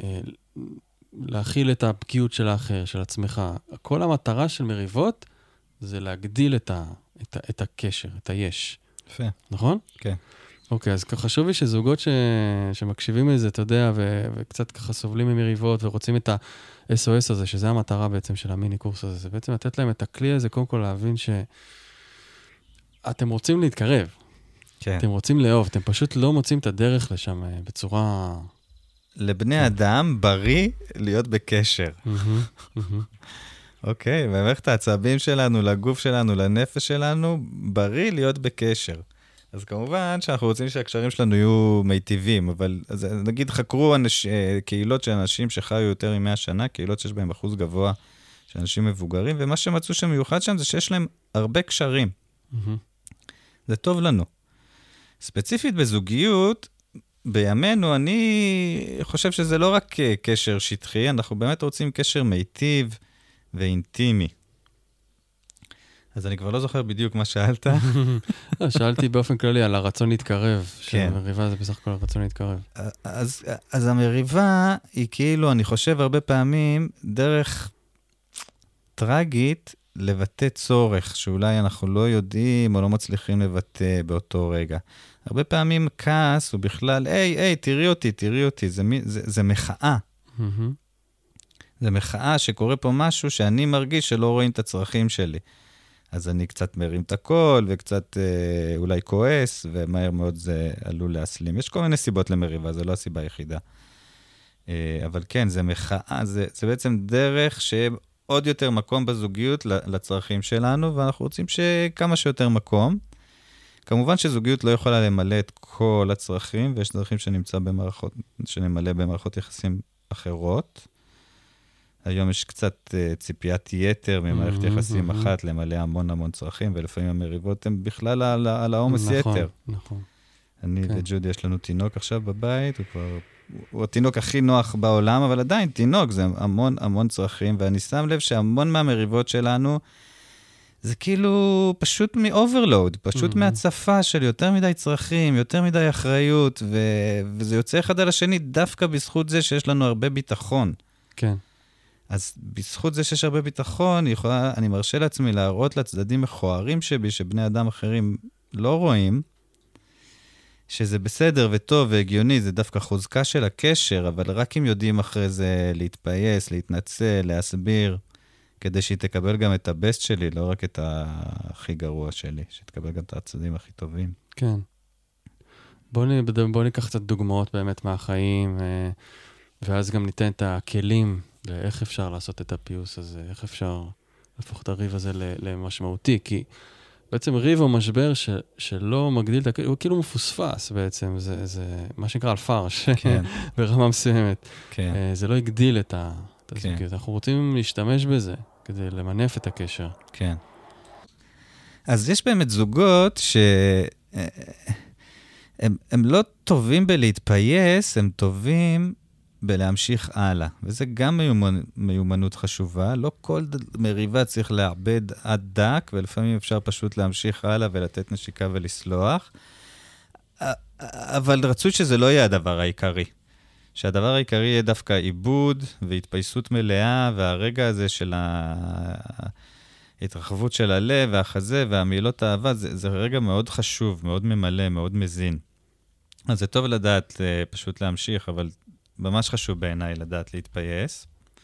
להכיל את הפגיעות של האחר, של עצמך. כל המטרה של מריבות זה להגדיל את הקשר, את היש. יפה. נכון? כן. אוקיי, אז חשוב לי שזוגות שמקשיבים לזה, אתה יודע, וקצת ככה סובלים ממריבות ורוצים את ה-SOS הזה, שזה המטרה בעצם של המיני קורס הזה, זה בעצם לתת להם את הכלי הזה, קודם כל להבין שאתם רוצים להתקרב. כן. אתם רוצים לאהוב, אתם פשוט לא מוצאים את הדרך לשם בצורה... לבני אדם בריא להיות בקשר. אוקיי, במערכת העצבים שלנו, לגוף שלנו, לנפש שלנו, בריא להיות בקשר. אז כמובן שאנחנו רוצים שהקשרים שלנו יהיו מיטיבים, אבל אז נגיד חקרו קהילות של אנשים שחיו יותר מ100 שנה, קהילות שיש בהם אחוז גבוה של אנשים מבוגרים, ומה שמצאו שמיוחד שם זה שיש להם הרבה קשרים. זה טוב לנו. ספציפית בזוגיות, בימינו אני חושב שזה לא רק קשר שטחי, אנחנו באמת רוצים קשר מיטיב ואינטימי. אז אני כבר לא זוכר בדיוק מה שאלת. שאלתי באופן כללי על הרצון להתקרב, שהמריבה זה בסך הכל הרצון להתקרב. אז המריבה היא כאילו, אני חושב הרבה פעמים, דרך טרגית לבטא צורך, שאולי אנחנו לא יודעים או לא מצליחים לבטא באותו רגע. הרבה פעמים כעס הוא בכלל, היי, תראי אותי, זה מחאה. זה מחאה שקורה פה משהו שאני מרגיש שלא רואים את הצרכים שלי. אז אני קצת מרים את הכל, וקצת אולי כועס, ומהר מאוד זה עלול להסלים. יש כל מיני סיבות למריבה, זה לא הסיבה היחידה. אבל כן, זה מחאה, זה בעצם דרך שעוד יותר מקום בזוגיות לצרכים שלנו, ואנחנו רוצים שכמה שיותר מקום. כמובן שזוגיות לא יכולה למלא את כל הצרכים, ויש דרכים שנמלא במערכות יחסים אחרות. היום יש קצת ציפיית יתר ממערכת יחסים אחת למלא המון צרכים, ולפעמים המריבות הן בכלל על העומס יתר. נכון. אני וג'ודי יש לנו תינוק עכשיו בבית, הוא התינוק הכי נוח בעולם, אבל עדיין תינוק זה המון צרכים, ואני שם לב שהמון מהמריבות שלנו, זה כאילו פשוט מ-overload, פשוט מהצפה של יותר מדי צרכים, יותר מדי אחריות, וזה יוצא אחד על השני דווקא בזכות זה שיש לנו הרבה ביטחון. כן. אז בזכות זה שיש הרבה ביטחון, אני מרשה לעצמי להראות לצדדים מכוערים שבי, שבני אדם אחרים לא רואים, שזה בסדר וטוב והגיוני, זה דווקא חוזקה של הקשר, אבל רק אם יודעים אחרי זה להתפייס, להתנצל, להסביר, כדי שהיא תקבל גם את הבסט שלי, לא רק את הכי גרוע שלי, שתקבל גם את הצדדים הכי טובים. כן. בוא ניקח קצת דוגמאות באמת מהחיים, ואז גם ניתן את הכלים לאיך אפשר לעשות את הפיוס הזה, איך אפשר להפוך את הריב הזה למשמעותי, כי בעצם ריב או משבר שלא מגדיל את הקשר, הוא כאילו מפוספס בעצם, זה מה שנקרא על פרש, ברמה מסוימת. זה לא הגדיל את הזוגיות, אנחנו רוצים להשתמש בזה, כדי למנף את הקשר. כן. אז יש באמת זוגות הם לא טובים בלהתפייס, הם טובים בלהמשיך הלאה. וזה גם מיומנות חשובה. לא כל מריבה צריך לאבד עד דק, ולפעמים אפשר פשוט להמשיך הלאה ולתת נשיקה ולסלוח. אבל רצוי שזה לא יהיה הדבר העיקרי. שהדבר העיקרי יהיה דווקא עיבוד והתפייסות מלאה, והרגע הזה של ההתרחבות של הלב והחזה והמילות האהבה, זה רגע מאוד חשוב, מאוד ממלא, מאוד מזין. אז זה טוב לדעת פשוט להמשיך, אבל ממש חשוב בעיניי לדעת להתפייס.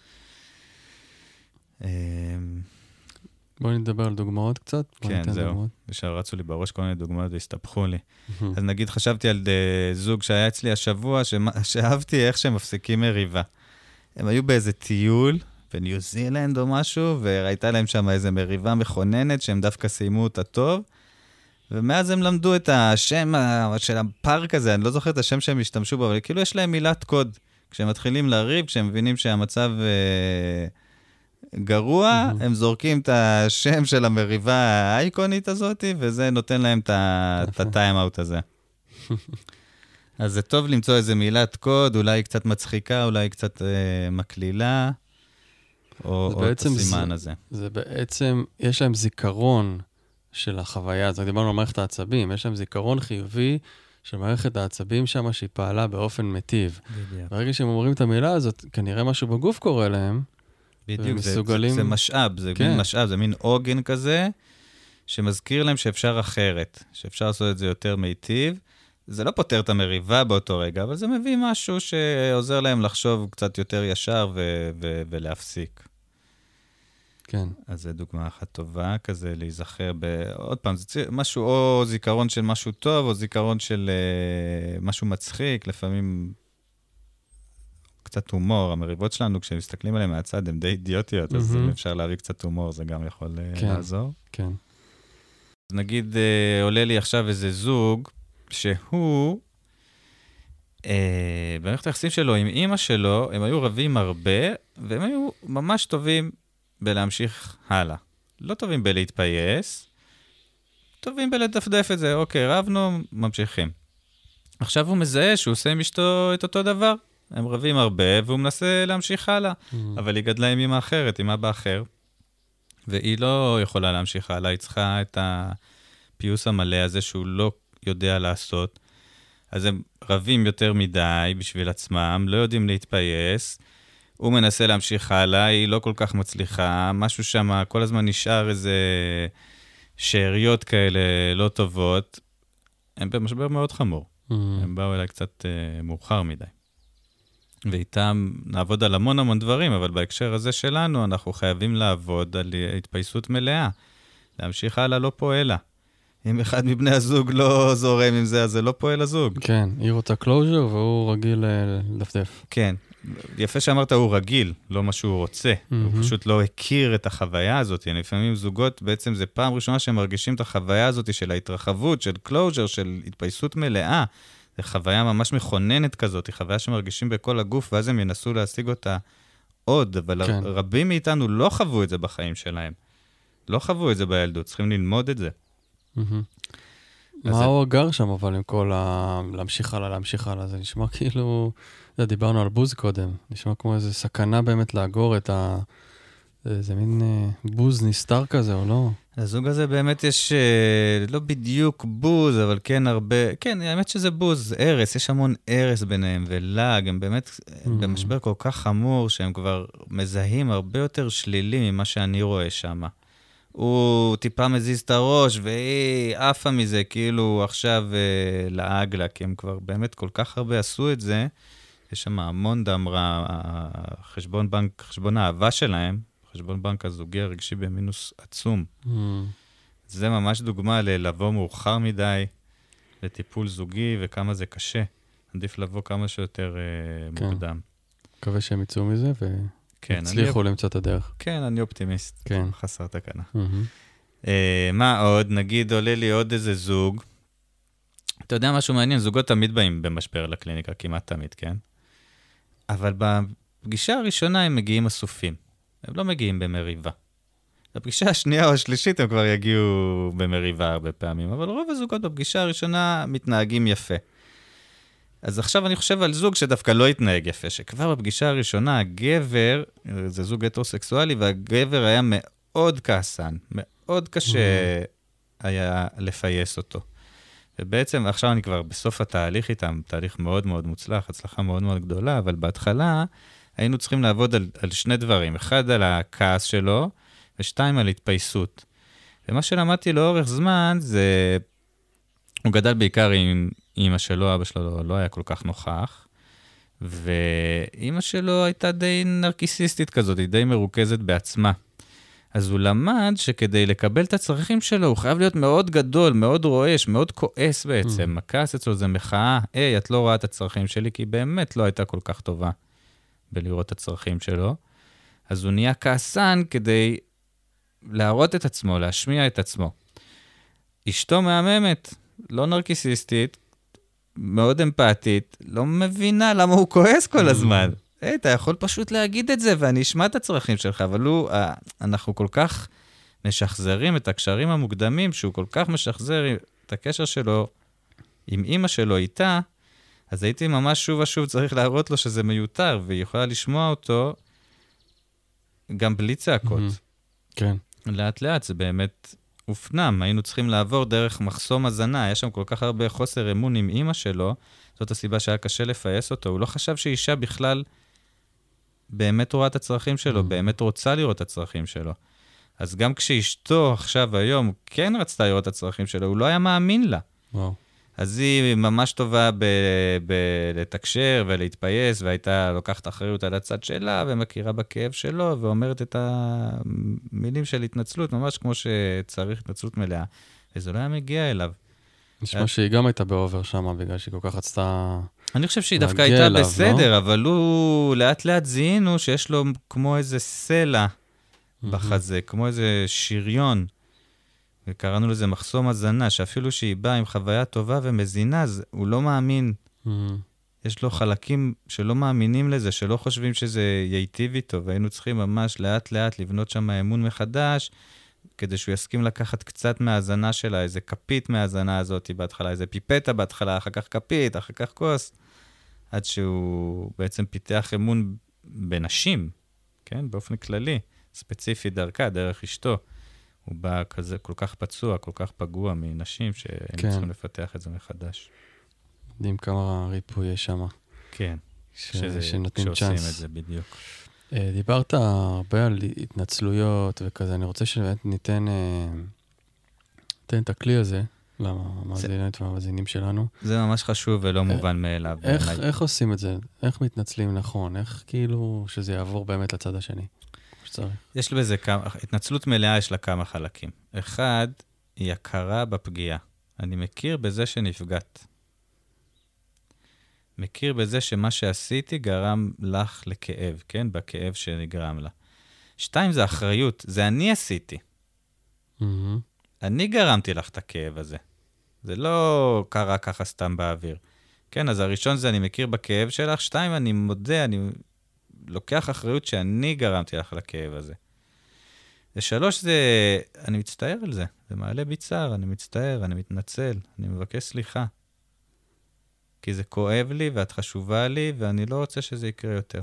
בואו נדבר על דוגמאות קצת. כן, זהו. ושרצו לי בראש כל מיני דוגמאות והסתבכו לי. אז נגיד, חשבתי על זוג שהיה אצלי השבוע, שאהבתי איך שהם מפסיקים מריבה. הם היו באיזה טיול בניו זילנד או משהו, וראיתה להם שם איזו מריבה מכוננת, שהם דווקא סיימו אותה טוב, ומאז הם למדו את השם של הפארק הזה, אני לא זוכר את השם שהם השתמשו בו, אבל כאילו יש להם מילת קוד. כשהם מתחילים לריב, כשהם מבינים שהמצב גרוע, הם זורקים את השם של המריבה האייקונית הזאת, וזה נותן להם את הטיים-אאוט הזה. אז זה טוב למצוא איזה מילת קוד, אולי קצת מצחיקה, אולי קצת מקלילה, או את הסימן הזה. זה בעצם, יש להם זיכרון של החוויה הזאת. דיברנו על מערכת העצבים, יש להם זיכרון חיובי של מערכת העצבים שם, שהיא פעלה באופן מטיב. ברגע שהם אומרים את המילה הזאת, כנראה משהו בגוף קורה להם, בדיוק, זה משאב, זה מין משאב, זה מין עוגן כזה, שמזכיר להם שאפשר אחרת, שאפשר לעשות את זה יותר מיטיב. זה לא פותר את המריבה באותו רגע, אבל זה מביא משהו שעוזר להם לחשוב קצת יותר ישר ולהפסיק. כן. אז זו דוגמה אחת טובה, כזה להיזכר עוד פעם, זה משהו, או זיכרון של משהו טוב, או זיכרון של משהו מצחיק, לפעמים קצת הומור. המריבות שלנו, כשמסתכלים עליהם מהצד, הן די אידיוטיות, אז אם אפשר להביא קצת הומור, זה גם יכול לעזור. כן. אז נגיד, עולה לי עכשיו איזה זוג, שהוא, במערכת היחסים שלו עם אמא שלו, הם היו רבים הרבה, והם היו ממש טובים בלהמשיך הלאה. לא טובים בלהתפייס, טובים בלדפדף את זה. אוקיי, רבנו, ממשיכים. עכשיו הוא מזהה שהוא עושה עם אשתו את אותו דבר. הם רבים הרבה, והוא מנסה להמשיך הלאה. אבל היא גדלה עם אמא אחרת, עם אבא אחר, והיא לא יכולה להמשיך הלאה, היא צריכה את הפיוס המלא הזה שהוא לא יודע לעשות. אז הם רבים יותר מדי בשביל עצמם, לא יודעים להתפייס, הוא מנסה להמשיך הלאה, היא לא כל כך מצליחה, משהו שם כל הזמן נשאר איזה שאריות כאלה לא טובות, הם במשבר מאוד חמור. הם באו אליי קצת מאוחר מדי. ואיתם נעבוד על המון דברים, אבל בהקשר הזה שלנו אנחנו חייבים לעבוד על התפייסות מלאה. להמשיך הלאה לא פועלה. אם אחד מבני הזוג לא זורם עם זה, אז זה לא פועל הזוג. כן, היא רוצה קלוז'ר והוא רגיל לדפדף. כן, יפה שאמרת, הוא רגיל, לא מה שהוא רוצה. הוא פשוט לא הכיר את החוויה הזאת. לפעמים זוגות, בעצם זה פעם ראשונה שהם מרגישים את החוויה הזאת של ההתרחבות, של קלוז'ר, של התפייסות מלאה. זו חוויה ממש מכוננת כזאת, היא חוויה שמרגישים בכל הגוף, ואז הם ינסו להשיג אותה עוד, אבל כן. רבים מאיתנו לא חוו את זה בחיים שלהם. לא חוו את זה בילדות, צריכים ללמוד את זה. מה הוא אגר שם, אבל עם כל להמשיך הלאה, זה נשמע כאילו, דיברנו על בוז קודם, נשמע כמו איזו סכנה באמת לאגור את איזה מין בוז נסתר כזה, או לא? הזוג הזה באמת יש, לא בדיוק בוז, אבל כן הרבה, כן, האמת שזה בוז, ארס, יש המון ארס ביניהם, ולאג, הם באמת במשבר כל כך חמור, שהם כבר מזהים הרבה יותר שלילים ממה שאני רואה שם. הוא טיפה מזיז את הראש, והיא עפה מזה, כאילו עכשיו לאג לה, כי הם כבר באמת כל כך הרבה עשו את זה, יש שם המון דמרה, חשבון האהבה שלהם, חשבון בנק הזוגי הרגשי במינוס עצום. זה ממש דוגמה לבוא מאוחר מדי, לטיפול זוגי, וכמה זה קשה. עדיף לבוא כמה שיותר מוקדם. מקווה שהם יצאו מזה, והצליחו למצוא את הדרך. כן, אני אופטימיסט. חסר תקנה. מה עוד? נגיד, עולה לי עוד איזה זוג. אתה יודע משהו מעניין, זוגות תמיד באים במשבר לקליניקה, כמעט תמיד, כן? אבל בפגישה הראשונה הם מגיעים אסופים. הם לא מגיעים במריבה. בפגישה השנייה או השלישית הם כבר יגיעו במריבה הרבה פעמים, אבל רוב הזוגות בפגישה הראשונה מתנהגים יפה. אז עכשיו אני חושב על זוג שדווקא לא התנהג יפה, שכבר בפגישה הראשונה הגבר, זה זוג הטרוסקסואלי, והגבר היה מאוד כעסן, מאוד קשה היה לפייס אותו. ובעצם עכשיו אני כבר בסוף התהליך איתם, תהליך מאוד מאוד מוצלח, הצלחה מאוד מאוד גדולה, אבל בהתחלה היינו צריכים לעבוד על שני דברים. אחד על הכעס שלו, ושתיים, על התפייסות. ומה שלמדתי לאורך זמן זה, הוא גדל בעיקר עם אמא שלו, אבא שלו לא היה כל כך נוכח, ואמא שלו הייתה די נרקיסיסטית כזאת, היא די מרוכזת בעצמה. אז הוא למד שכדי לקבל את הצרכים שלו, הוא חייב להיות מאוד גדול, מאוד רועש, מאוד כועס בעצם. הכעס אצלו זה מחאה, את לא רואה את הצרכים שלי, כי היא באמת לא הייתה כל כך טובה בלראות את הצרכים שלו. אז הוא נהיה כעסן כדי להראות את עצמו, להשמיע את עצמו. אשתו מהממת, לא נרקיסיסטית, מאוד אמפתית, לא מבינה למה הוא כועס כל הזמן. אתה יכול פשוט להגיד את זה, ואני אשמע את הצרכים שלך, אבל אנחנו כל כך משחזרים את הקשרים המוקדמים, שהוא כל כך משחזר את הקשר שלו עם אמא שלו איתה, אז הייתי ממש שוב ושוב צריך להראות לו שזה מיותר, והיא יכולה לשמוע אותו גם בלי צעקות. כן. לאט לאט זה באמת הופנם, היינו צריכים לעבור דרך מחסום הזנה, היה שם כל כך הרבה חוסר אמון עם אמא שלו, זאת הסיבה שהיה קשה לפייס אותו, הוא לא חשב שאישה בכלל באמת רואה את הצרכים שלו, באמת רוצה לראות את הצרכים שלו. אז גם כשאשתו עכשיו היום כן רצתה לראות את הצרכים שלו, הוא לא היה מאמין לה. וואו. אז היא ממש טובה לתקשר ולהתפייס, והייתה לוקחת אחריות על הצד שלה, ומכירה בכאב שלו, ואומרת את המילים של התנצלות, ממש כמו שצריך התנצלות מלאה. וזה לא היה מגיע אליו. נשמע שהיא גם הייתה באובר שמה, בגלל שהיא כל כך רצתה... אני חושב שהיא דווקא הייתה בסדר, אבל הוא לאט לאט זיהינו שיש לו כמו איזה סלע בחזה, כמו איזה שריון, וקראנו לזה מחסום הזנה, שאפילו שהיא באה עם חוויה טובה ומזינה, אז הוא לא מאמין. יש לו חלקים שלא מאמינים לזה, שלא חושבים שזה ייטיב איתו, והיינו צריכים ממש לאט לאט לבנות שם האמון מחדש, כדי שהוא יסכים לקחת קצת מהזנה שלה, איזה כפית מהזנה הזאת בהתחלה, איזה פיפטה בהתחלה, אחר כך כפית, אחר כך כוס, עד שהוא בעצם פיתח אמון בנשים, כן? באופן כללי, ספציפי דרכה, דרך אשתו. הוא בא כזה כל כך פצוע, כל כך פגוע מנשים, שהם צריכים לפתח את זה מחדש. יודעים כמה ריפוי יש שם. כן, שנותנים צ'אנס. שעושים את זה בדיוק. דיברת הרבה על התנצלויות וכזה, אני רוצה שבאמת ניתן את הכלי הזה, למאזינות והמאזינים שלנו. זה ממש חשוב ולא מובן מאליו. איך עושים את זה? איך מתנצלים נכון? איך כאילו שזה יעבור באמת לצד השני? יש בזה התנצלות מלאה יש לה כמה חלקים. אחד, היא הכרה בפגיעה. אני מכיר בזה שנפגעת. מכיר בזה שמה שעשיתי גרם לך לכאב, כן? בכאב שנגרם לה. 2, זה אחריות. זה אני עשיתי. אני גרמתי לך את הכאב הזה. זה לא קרה ככה סתם באוויר. כן, אז הראשון זה אני מכיר בכאב שלך. 2, אני מודה, אני לוקח אחריות שאני גרמתי לך לכאב הזה. 3, זה אני מצטער על זה. זה מעלה בי צער, אני מצטער, אני מתנצל, אני מבקש סליחה. כי זה כואב לי ואת חשובה לי, ואני לא רוצה שזה יקרה יותר.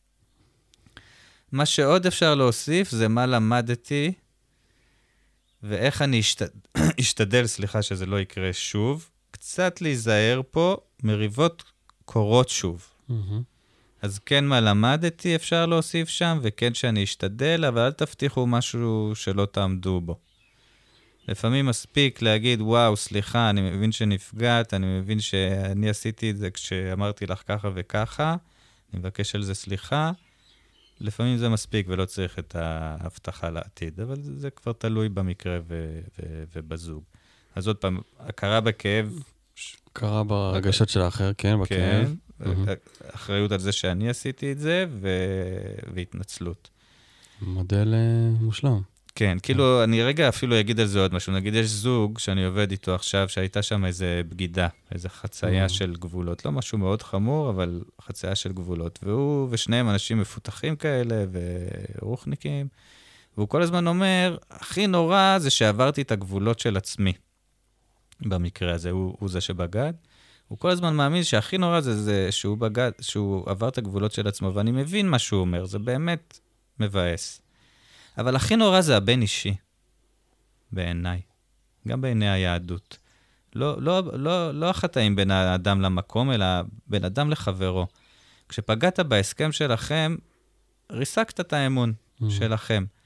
מה שעוד אפשר להוסיף זה מה למדתי, ואיך אני אשתדל, סליחה שזה לא יקרה שוב, קצת להיזהר פה, מריבות קורות שוב. אז כן מה למדתי אפשר להוסיף שם, וכן שאני אשתדל, אבל אל תבטיחו משהו שלא תעמדו בו. לפעמים מספיק להגיד, וואו, סליחה, אני מבין שנפגעת, אני מבין שאני עשיתי את זה כשאמרתי לך ככה וככה, אני מבקש על זה סליחה. לפעמים זה מספיק ולא צריך את ההבטחה לעתיד, אבל זה כבר תלוי במקרה ובזוג. אז עוד פעם, הכרה בכאב... הכרה ברגשות של האחר, כן, בכאב. כן, אחריות על זה שאני עשיתי את זה, והתנצלות. מודל מושלם. כן, כאילו, אני רגע אפילו אגיד על זה עוד משהו. נגיד, יש זוג שאני עובד איתו עכשיו, שהייתה שם איזה בגידה, איזה חצייה של גבולות. לא משהו מאוד חמור, אבל חצייה של גבולות. והוא ושניהם אנשים מפותחים כאלה, ורוחניקים. והוא כל הזמן אומר, הכי נורא זה שעברתי את הגבולות של עצמי. במקרה הזה, הוא זה שבגד. הוא כל הזמן מאמין שהכי נורא זה שהוא בגד, שהוא עבר את הגבולות של עצמו, ואני מבין מה שהוא אומר, זה באמת מבאס. אבל הכי נורא זה הבן אישי, בעיניי, גם בעיני היהדות. לא החטאים בין האדם למקום, אלא בין אדם לחברו. כשפגעת בהסכם שלכם, ריסקת את האמון שלכם.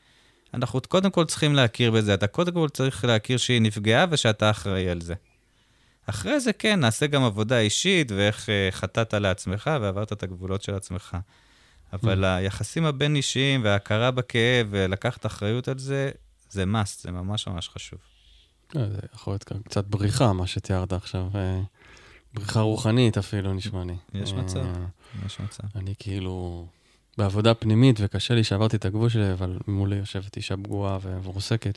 אנחנו קודם כל צריכים להכיר בזה, אתה קודם כל צריך להכיר שהיא נפגעה ושאתה אחראי על זה. אחרי זה כן, נעשה גם עבודה אישית, ואיך חטאת לעצמך ועברת את הגבולות של עצמך. אבל היחסים הבין-אישיים וההכרה בכאב ולקחת אחריות על זה, זה must, זה ממש ממש חשוב. זה יכול להיות קצת בריחה, מה שתיארת עכשיו. בריחה רוחנית אפילו, נשמע לי. יש מצב, יש מצב. אני כאילו בעבודה פנימית, וקשה לי שעברתי את הגבול שלי, אבל מולי יושבת אישה פגועה ורוסקת,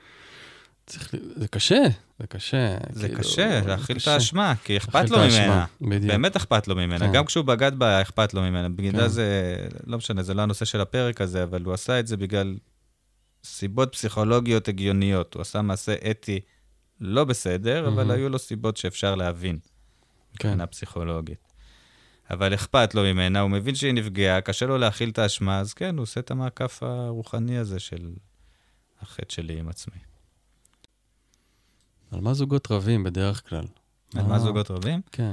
זה קשה, זה קשה. זה קשה, להכיל את האשמה, כי אכפת לו ממנה. באמת אכפת לו ממנה. גם כשהוא בגד בה, אכפת לו ממנה. בגלל זה, לא משנה, זה לא הנושא של הפרק הזה, אבל הוא עשה את זה בגלל סיבות פסיכולוגיות הגיוניות. הוא עשה מעשה אתי לא בסדר, אבל היו לו סיבות שאפשר להבין. מבחינה פסיכולוגית. אבל אכפת לו ממנה, הוא מבין שהיא נפגעה, קשה לו להכיל את האשמה, אז כן, הוא עושה את המעקף הרוחני הזה של החטא שלי עם עצמי. על מה זוגות רבים בדרך כלל? על מה זוגות רבים? כן.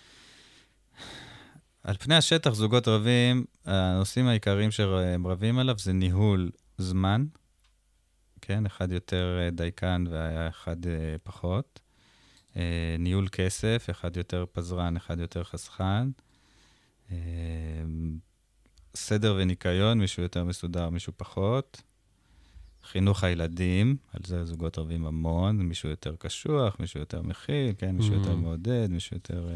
על פני השטח זוגות רבים, הנושאים העיקריים שהם רבים עליו זה ניהול זמן, כן, אחד יותר דייקן ואחד פחות. ניהול כסף, אחד יותר פזרן, אחד יותר חסכן. סדר וניקיון, מישהו יותר מסודר, מישהו פחות. חינוך הילדים, על זה זוגות רבים המון, מישהו יותר קשוח, מישהו יותר מכיל, כן, מישהו יותר מעודד, מישהו יותר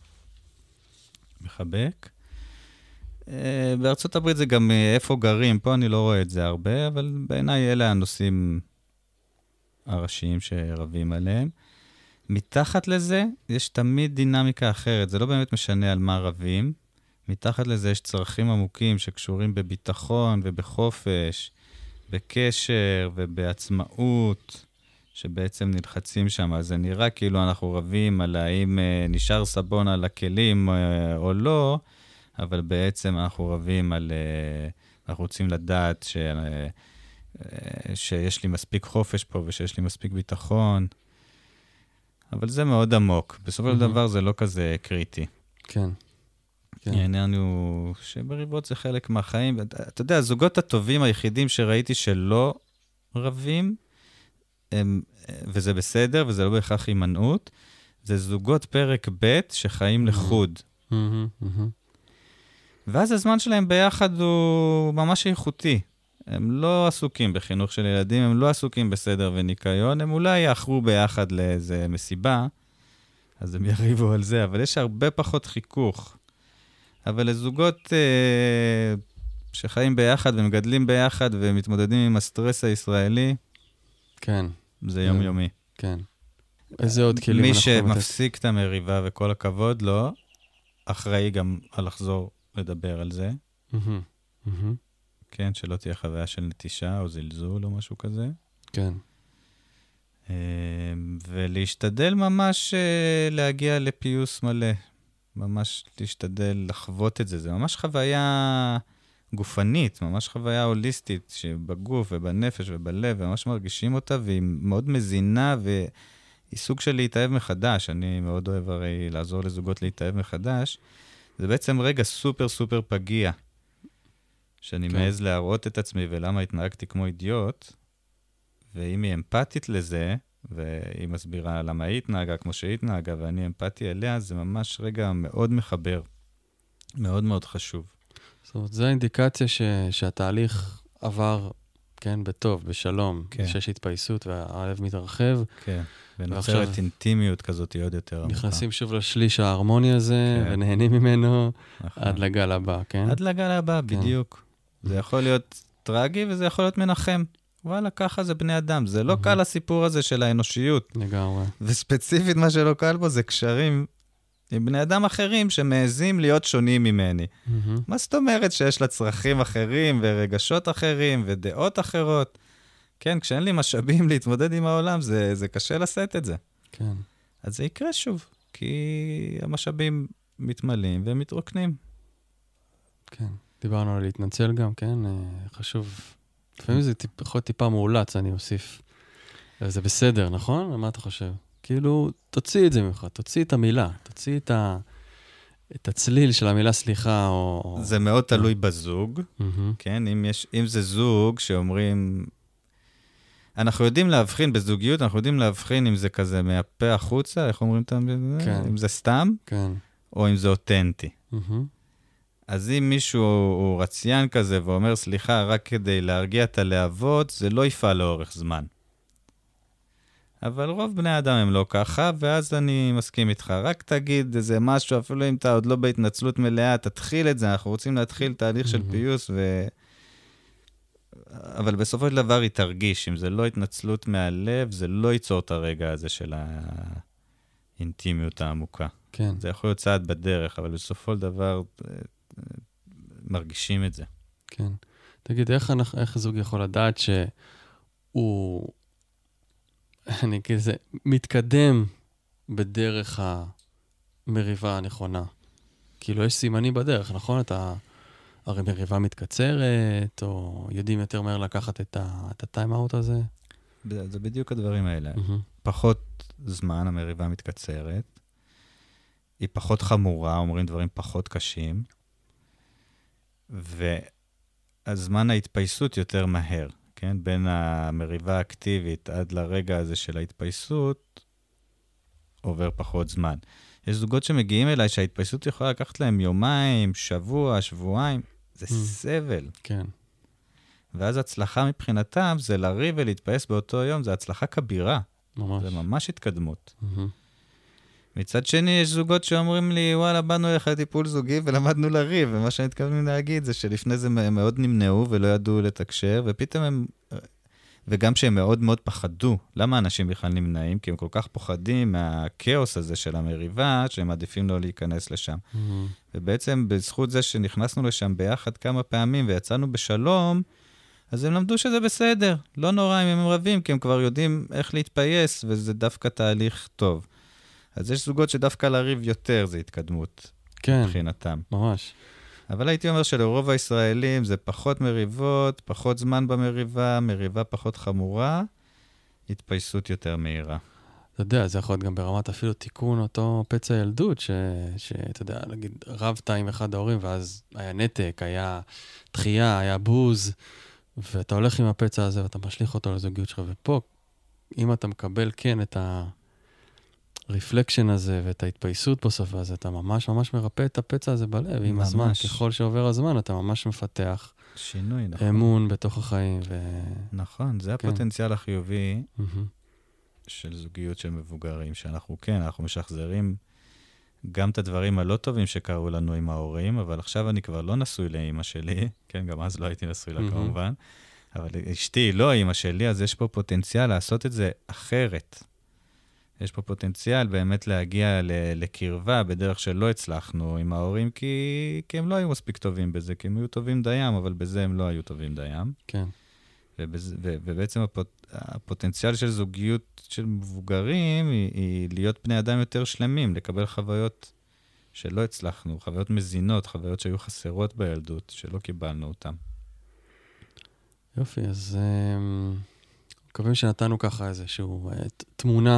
מחבק. בארצות הברית זה גם איפה גרים, פה אני לא רואה את זה הרבה, אבל בעיניי אלה הנושאים הראשיים שרבים עליהם. מתחת לזה יש תמיד דינמיקה אחרת, זה לא באמת משנה על מה רבים. מתחת לזה יש צרכים עמוקים שקשורים בביטחון ובחופש, בקשר ובעצמאות, שבעצם נלחצים שם. אז זה נראה כאילו אנחנו רבים על האם נשאר סבון על הכלים או לא, אבל בעצם אנחנו רבים על, אנחנו רוצים לדעת שיש לי מספיק חופש פה ושיש לי מספיק ביטחון. אבל זה מאוד עמוק. בסופו של דבר זה לא כזה קריטי. כן. העניין הוא שבריבות זה חלק מהחיים. אתה יודע, הזוגות הטובים היחידים שראיתי שלא רבים, וזה בסדר, וזה לא בהכרח הימנעות, זה זוגות פרק ב' שחיים לחוד. ואז הזמן שלהם ביחד הוא ממש איכותי. הם לא עסוקים בחינוך של ילדים, הם לא עסוקים בסדר וניקיון, הם אולי יאחרו ביחד לאיזה מסיבה, אז הם יריבו על זה, אבל יש הרבה פחות חיכוך. אבל לזוגות שחיים ביחד ומגדלים ביחד ומתמודדים עם הסטרס הישראלי, כן. זה יומיומי. כן. איזה עוד כלים מי שמפסיק את המריבה וכל הכבוד לו, אחראי גם על לחזור לדבר על זה. כן, שלא תהיה חוויה של נטישה או זלזול או משהו כזה. כן. ולהשתדל ממש להגיע לפיוס מלא. ממש להשתדל לחוות את זה. זה ממש חוויה גופנית, ממש חוויה הוליסטית, שבגוף ובנפש ובלב, ממש מרגישים אותה, והיא מאוד מזינה, והיא סוג של להתאהב מחדש. אני מאוד אוהב הרי לעזור לזוגות להתאהב מחדש. זה בעצם רגע סופר סופר פגיע, שאני מעז להראות את עצמי ולמה התנהגתי כמו אידיוט, ואם היא אמפתית לזה, והיא מסבירה למה היא התנהגה כמו שהיא התנהגה, ואני אמפתי אליה, זה ממש רגע מאוד מחבר, מאוד מאוד חשוב. זאת אומרת, זו האינדיקציה שהתהליך עבר, כן, בטוב, בשלום, שיש התפייסות והלב מתרחב. כן, ונוצרת אינטימיות כזאת עוד יותר עמוקה. נכנסים שוב לשליש ההרמוני הזה, ונהנים ממנו עד לגל הבא, כן? עד לגל הבא, בדיוק. זה יכול להיות טרגי וזה יכול להיות מנחם. וואלה, ככה זה בני אדם. זה לא קל הסיפור הזה של האנושיות. לגמרי. וספציפית מה שלא קל בו זה קשרים עם בני אדם אחרים שמעזים להיות שונים ממני. מה זאת אומרת שיש לה צרכים אחרים ורגשות אחרים ודעות אחרות? כן, כשאין לי משאבים להתמודד עם העולם, זה קשה לשאת את זה. כן. אז זה יקרה שוב, כי המשאבים מתמלאים והם מתרוקנים. כן. דיברנו על להתנצל גם, כן? חשוב. לפעמים זה יכול להיות טיפה מאולץ, אני אוסיף. זה בסדר, נכון? מה אתה חושב? כאילו, תוציא את זה ממך, תוציא את המילה, תוציא את הצליל של המילה סליחה, או... זה מאוד תלוי בזוג, כן? אם זה זוג שאומרים, אנחנו יודעים להבחין בזוגיות, אנחנו יודעים להבחין אם זה כזה מהפה החוצה, איך אומרים את זה? כן. אם זה סתם, כן. או אם זה אותנטי. אז אם מישהו הוא רציין כזה ואומר, סליחה, רק כדי להרגיע את הלהבות, זה לא יפעל לאורך זמן. אבל רוב בני אדם הם לא ככה, ואז אני מסכים איתך. רק תגיד איזה משהו, אפילו אם אתה עוד לא בהתנצלות מלאה, תתחיל את זה, אנחנו רוצים להתחיל תהליך של פיוס, אבל בסופו של דבר היא תרגיש, אם זה לא התנצלות מהלב, זה לא ייצור את הרגע הזה של האינטימיות העמוקה. כן. זה יכול להיות צעד בדרך, אבל בסופו של דבר מרגישים את זה. כן. תגיד, איך זוג יכול לדעת שהוא, אני כזה, מתקדם בדרך המריבה הנכונה? כאילו, יש סימנים בדרך, נכון? הרי מריבה מתקצרת, או יודעים יותר מהר לקחת את הטיים-אאוט הזה? זה בדיוק הדברים האלה. פחות זמן, המריבה מתקצרת. היא פחות חמורה, אומרים דברים פחות קשים. והזמן ההתפייסות יותר מהר, כן? בין המריבה האקטיבית עד לרגע הזה של ההתפייסות, עובר פחות זמן. יש זוגות שמגיעים אליי שההתפייסות יכולה לקחת להם יומיים, שבוע, שבועיים. זה סבל. כן. ואז הצלחה מבחינתם זה לריב ולהתפייס באותו יום, זה הצלחה כבירה. ממש. זה ממש התקדמות. מצד שני, יש זוגות שאומרים לי, וואלה, באנו אליך לטיפול זוגי ולמדנו לריב, ומה שאני מתכוונים להגיד זה שלפני זה הם מאוד נמנעו ולא ידעו לתקשר, ופתאום הם, וגם שהם מאוד מאוד פחדו. למה אנשים בכלל נמנעים? כי הם כל כך פוחדים מהכאוס הזה של המריבה, שהם עדיפים לא להיכנס לשם. ובעצם בזכות זה שנכנסנו לשם ביחד כמה פעמים ויצאנו בשלום, אז הם למדו שזה בסדר. לא נורא אם הם רבים, כי הם כבר יודעים איך להתפייס, וזה דווקא תהליך טוב. אז יש זוגות שדווקא לריב יותר זה התקדמות. כן, מבחינתם. ממש. אבל הייתי אומר שלרוב הישראלים זה פחות מריבות, פחות זמן במריבה, מריבה פחות חמורה, התפייסות יותר מהירה. אתה יודע, זה יכול להיות גם ברמת אפילו תיקון אותו פצע ילדות, שאתה יודע, נגיד, רבת עם אחד ההורים, ואז היה נתק, היה דחייה, היה בוז, ואתה הולך עם הפצע הזה, ואתה משליך אותו לזוגיות שלך, ופה, אם אתה מקבל כן את הרפלקשן הזה, ואת ההתפייסות בסוף, אז אתה ממש ממש מרפא את הפצע הזה בלב, עם הזמן, ככל שעובר הזמן, אתה ממש מפתח שינוי, נכון. אמון בתוך החיים. נכון, זה הפוטנציאל החיובי של זוגיות של מבוגרים, שאנחנו כן, אנחנו משחזרים גם את הדברים הלא טובים שקרו לנו עם ההורים, אבל עכשיו אני כבר לא נשוי לאמא שלי, כן, גם אז לא הייתי נשוי לה כמובן, אבל אשתי לא אמא שלי, אז יש פה פוטנציאל לעשות את זה אחרת. יש פה פוטנציאל באמת להגיע לקרבה בדרך שלא הצלחנו עם ההורים, כי הם לא היו מספיק טובים בזה, כי הם היו טובים דיים, אבל בזה הם לא היו טובים דיים. כן. ובעצם הפוטנציאל של זוגיות של מבוגרים היא להיות בני אדם יותר שלמים, לקבל חוויות שלא הצלחנו, חוויות מזינות, חוויות שהיו חסרות בילדות, שלא קיבלנו אותן. יופי, אז מקווים שנתנו ככה איזשהו תמונה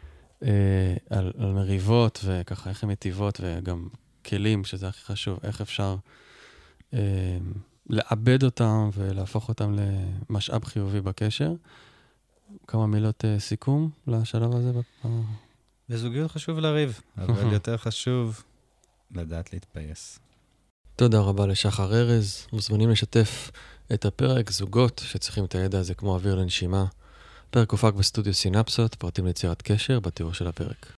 על מריבות וככה איך הן מטיבות וגם כלים, שזה הכי חשוב, איך אפשר לאבד אותם ולהפוך אותם למשאב חיובי בקשר. כמה מילות סיכום לשלב הזה? בזוגיות חשוב לריב, אבל יותר חשוב לדעת להתפייס. תודה רבה לשחר ארז. מוזמנים לשתף את הפרק זוגות שצריכים את הידע הזה כמו אוויר לנשימה. פרק הופק בסטודיו סינפסות, פרטים ליצירת קשר בתיאור של הפרק.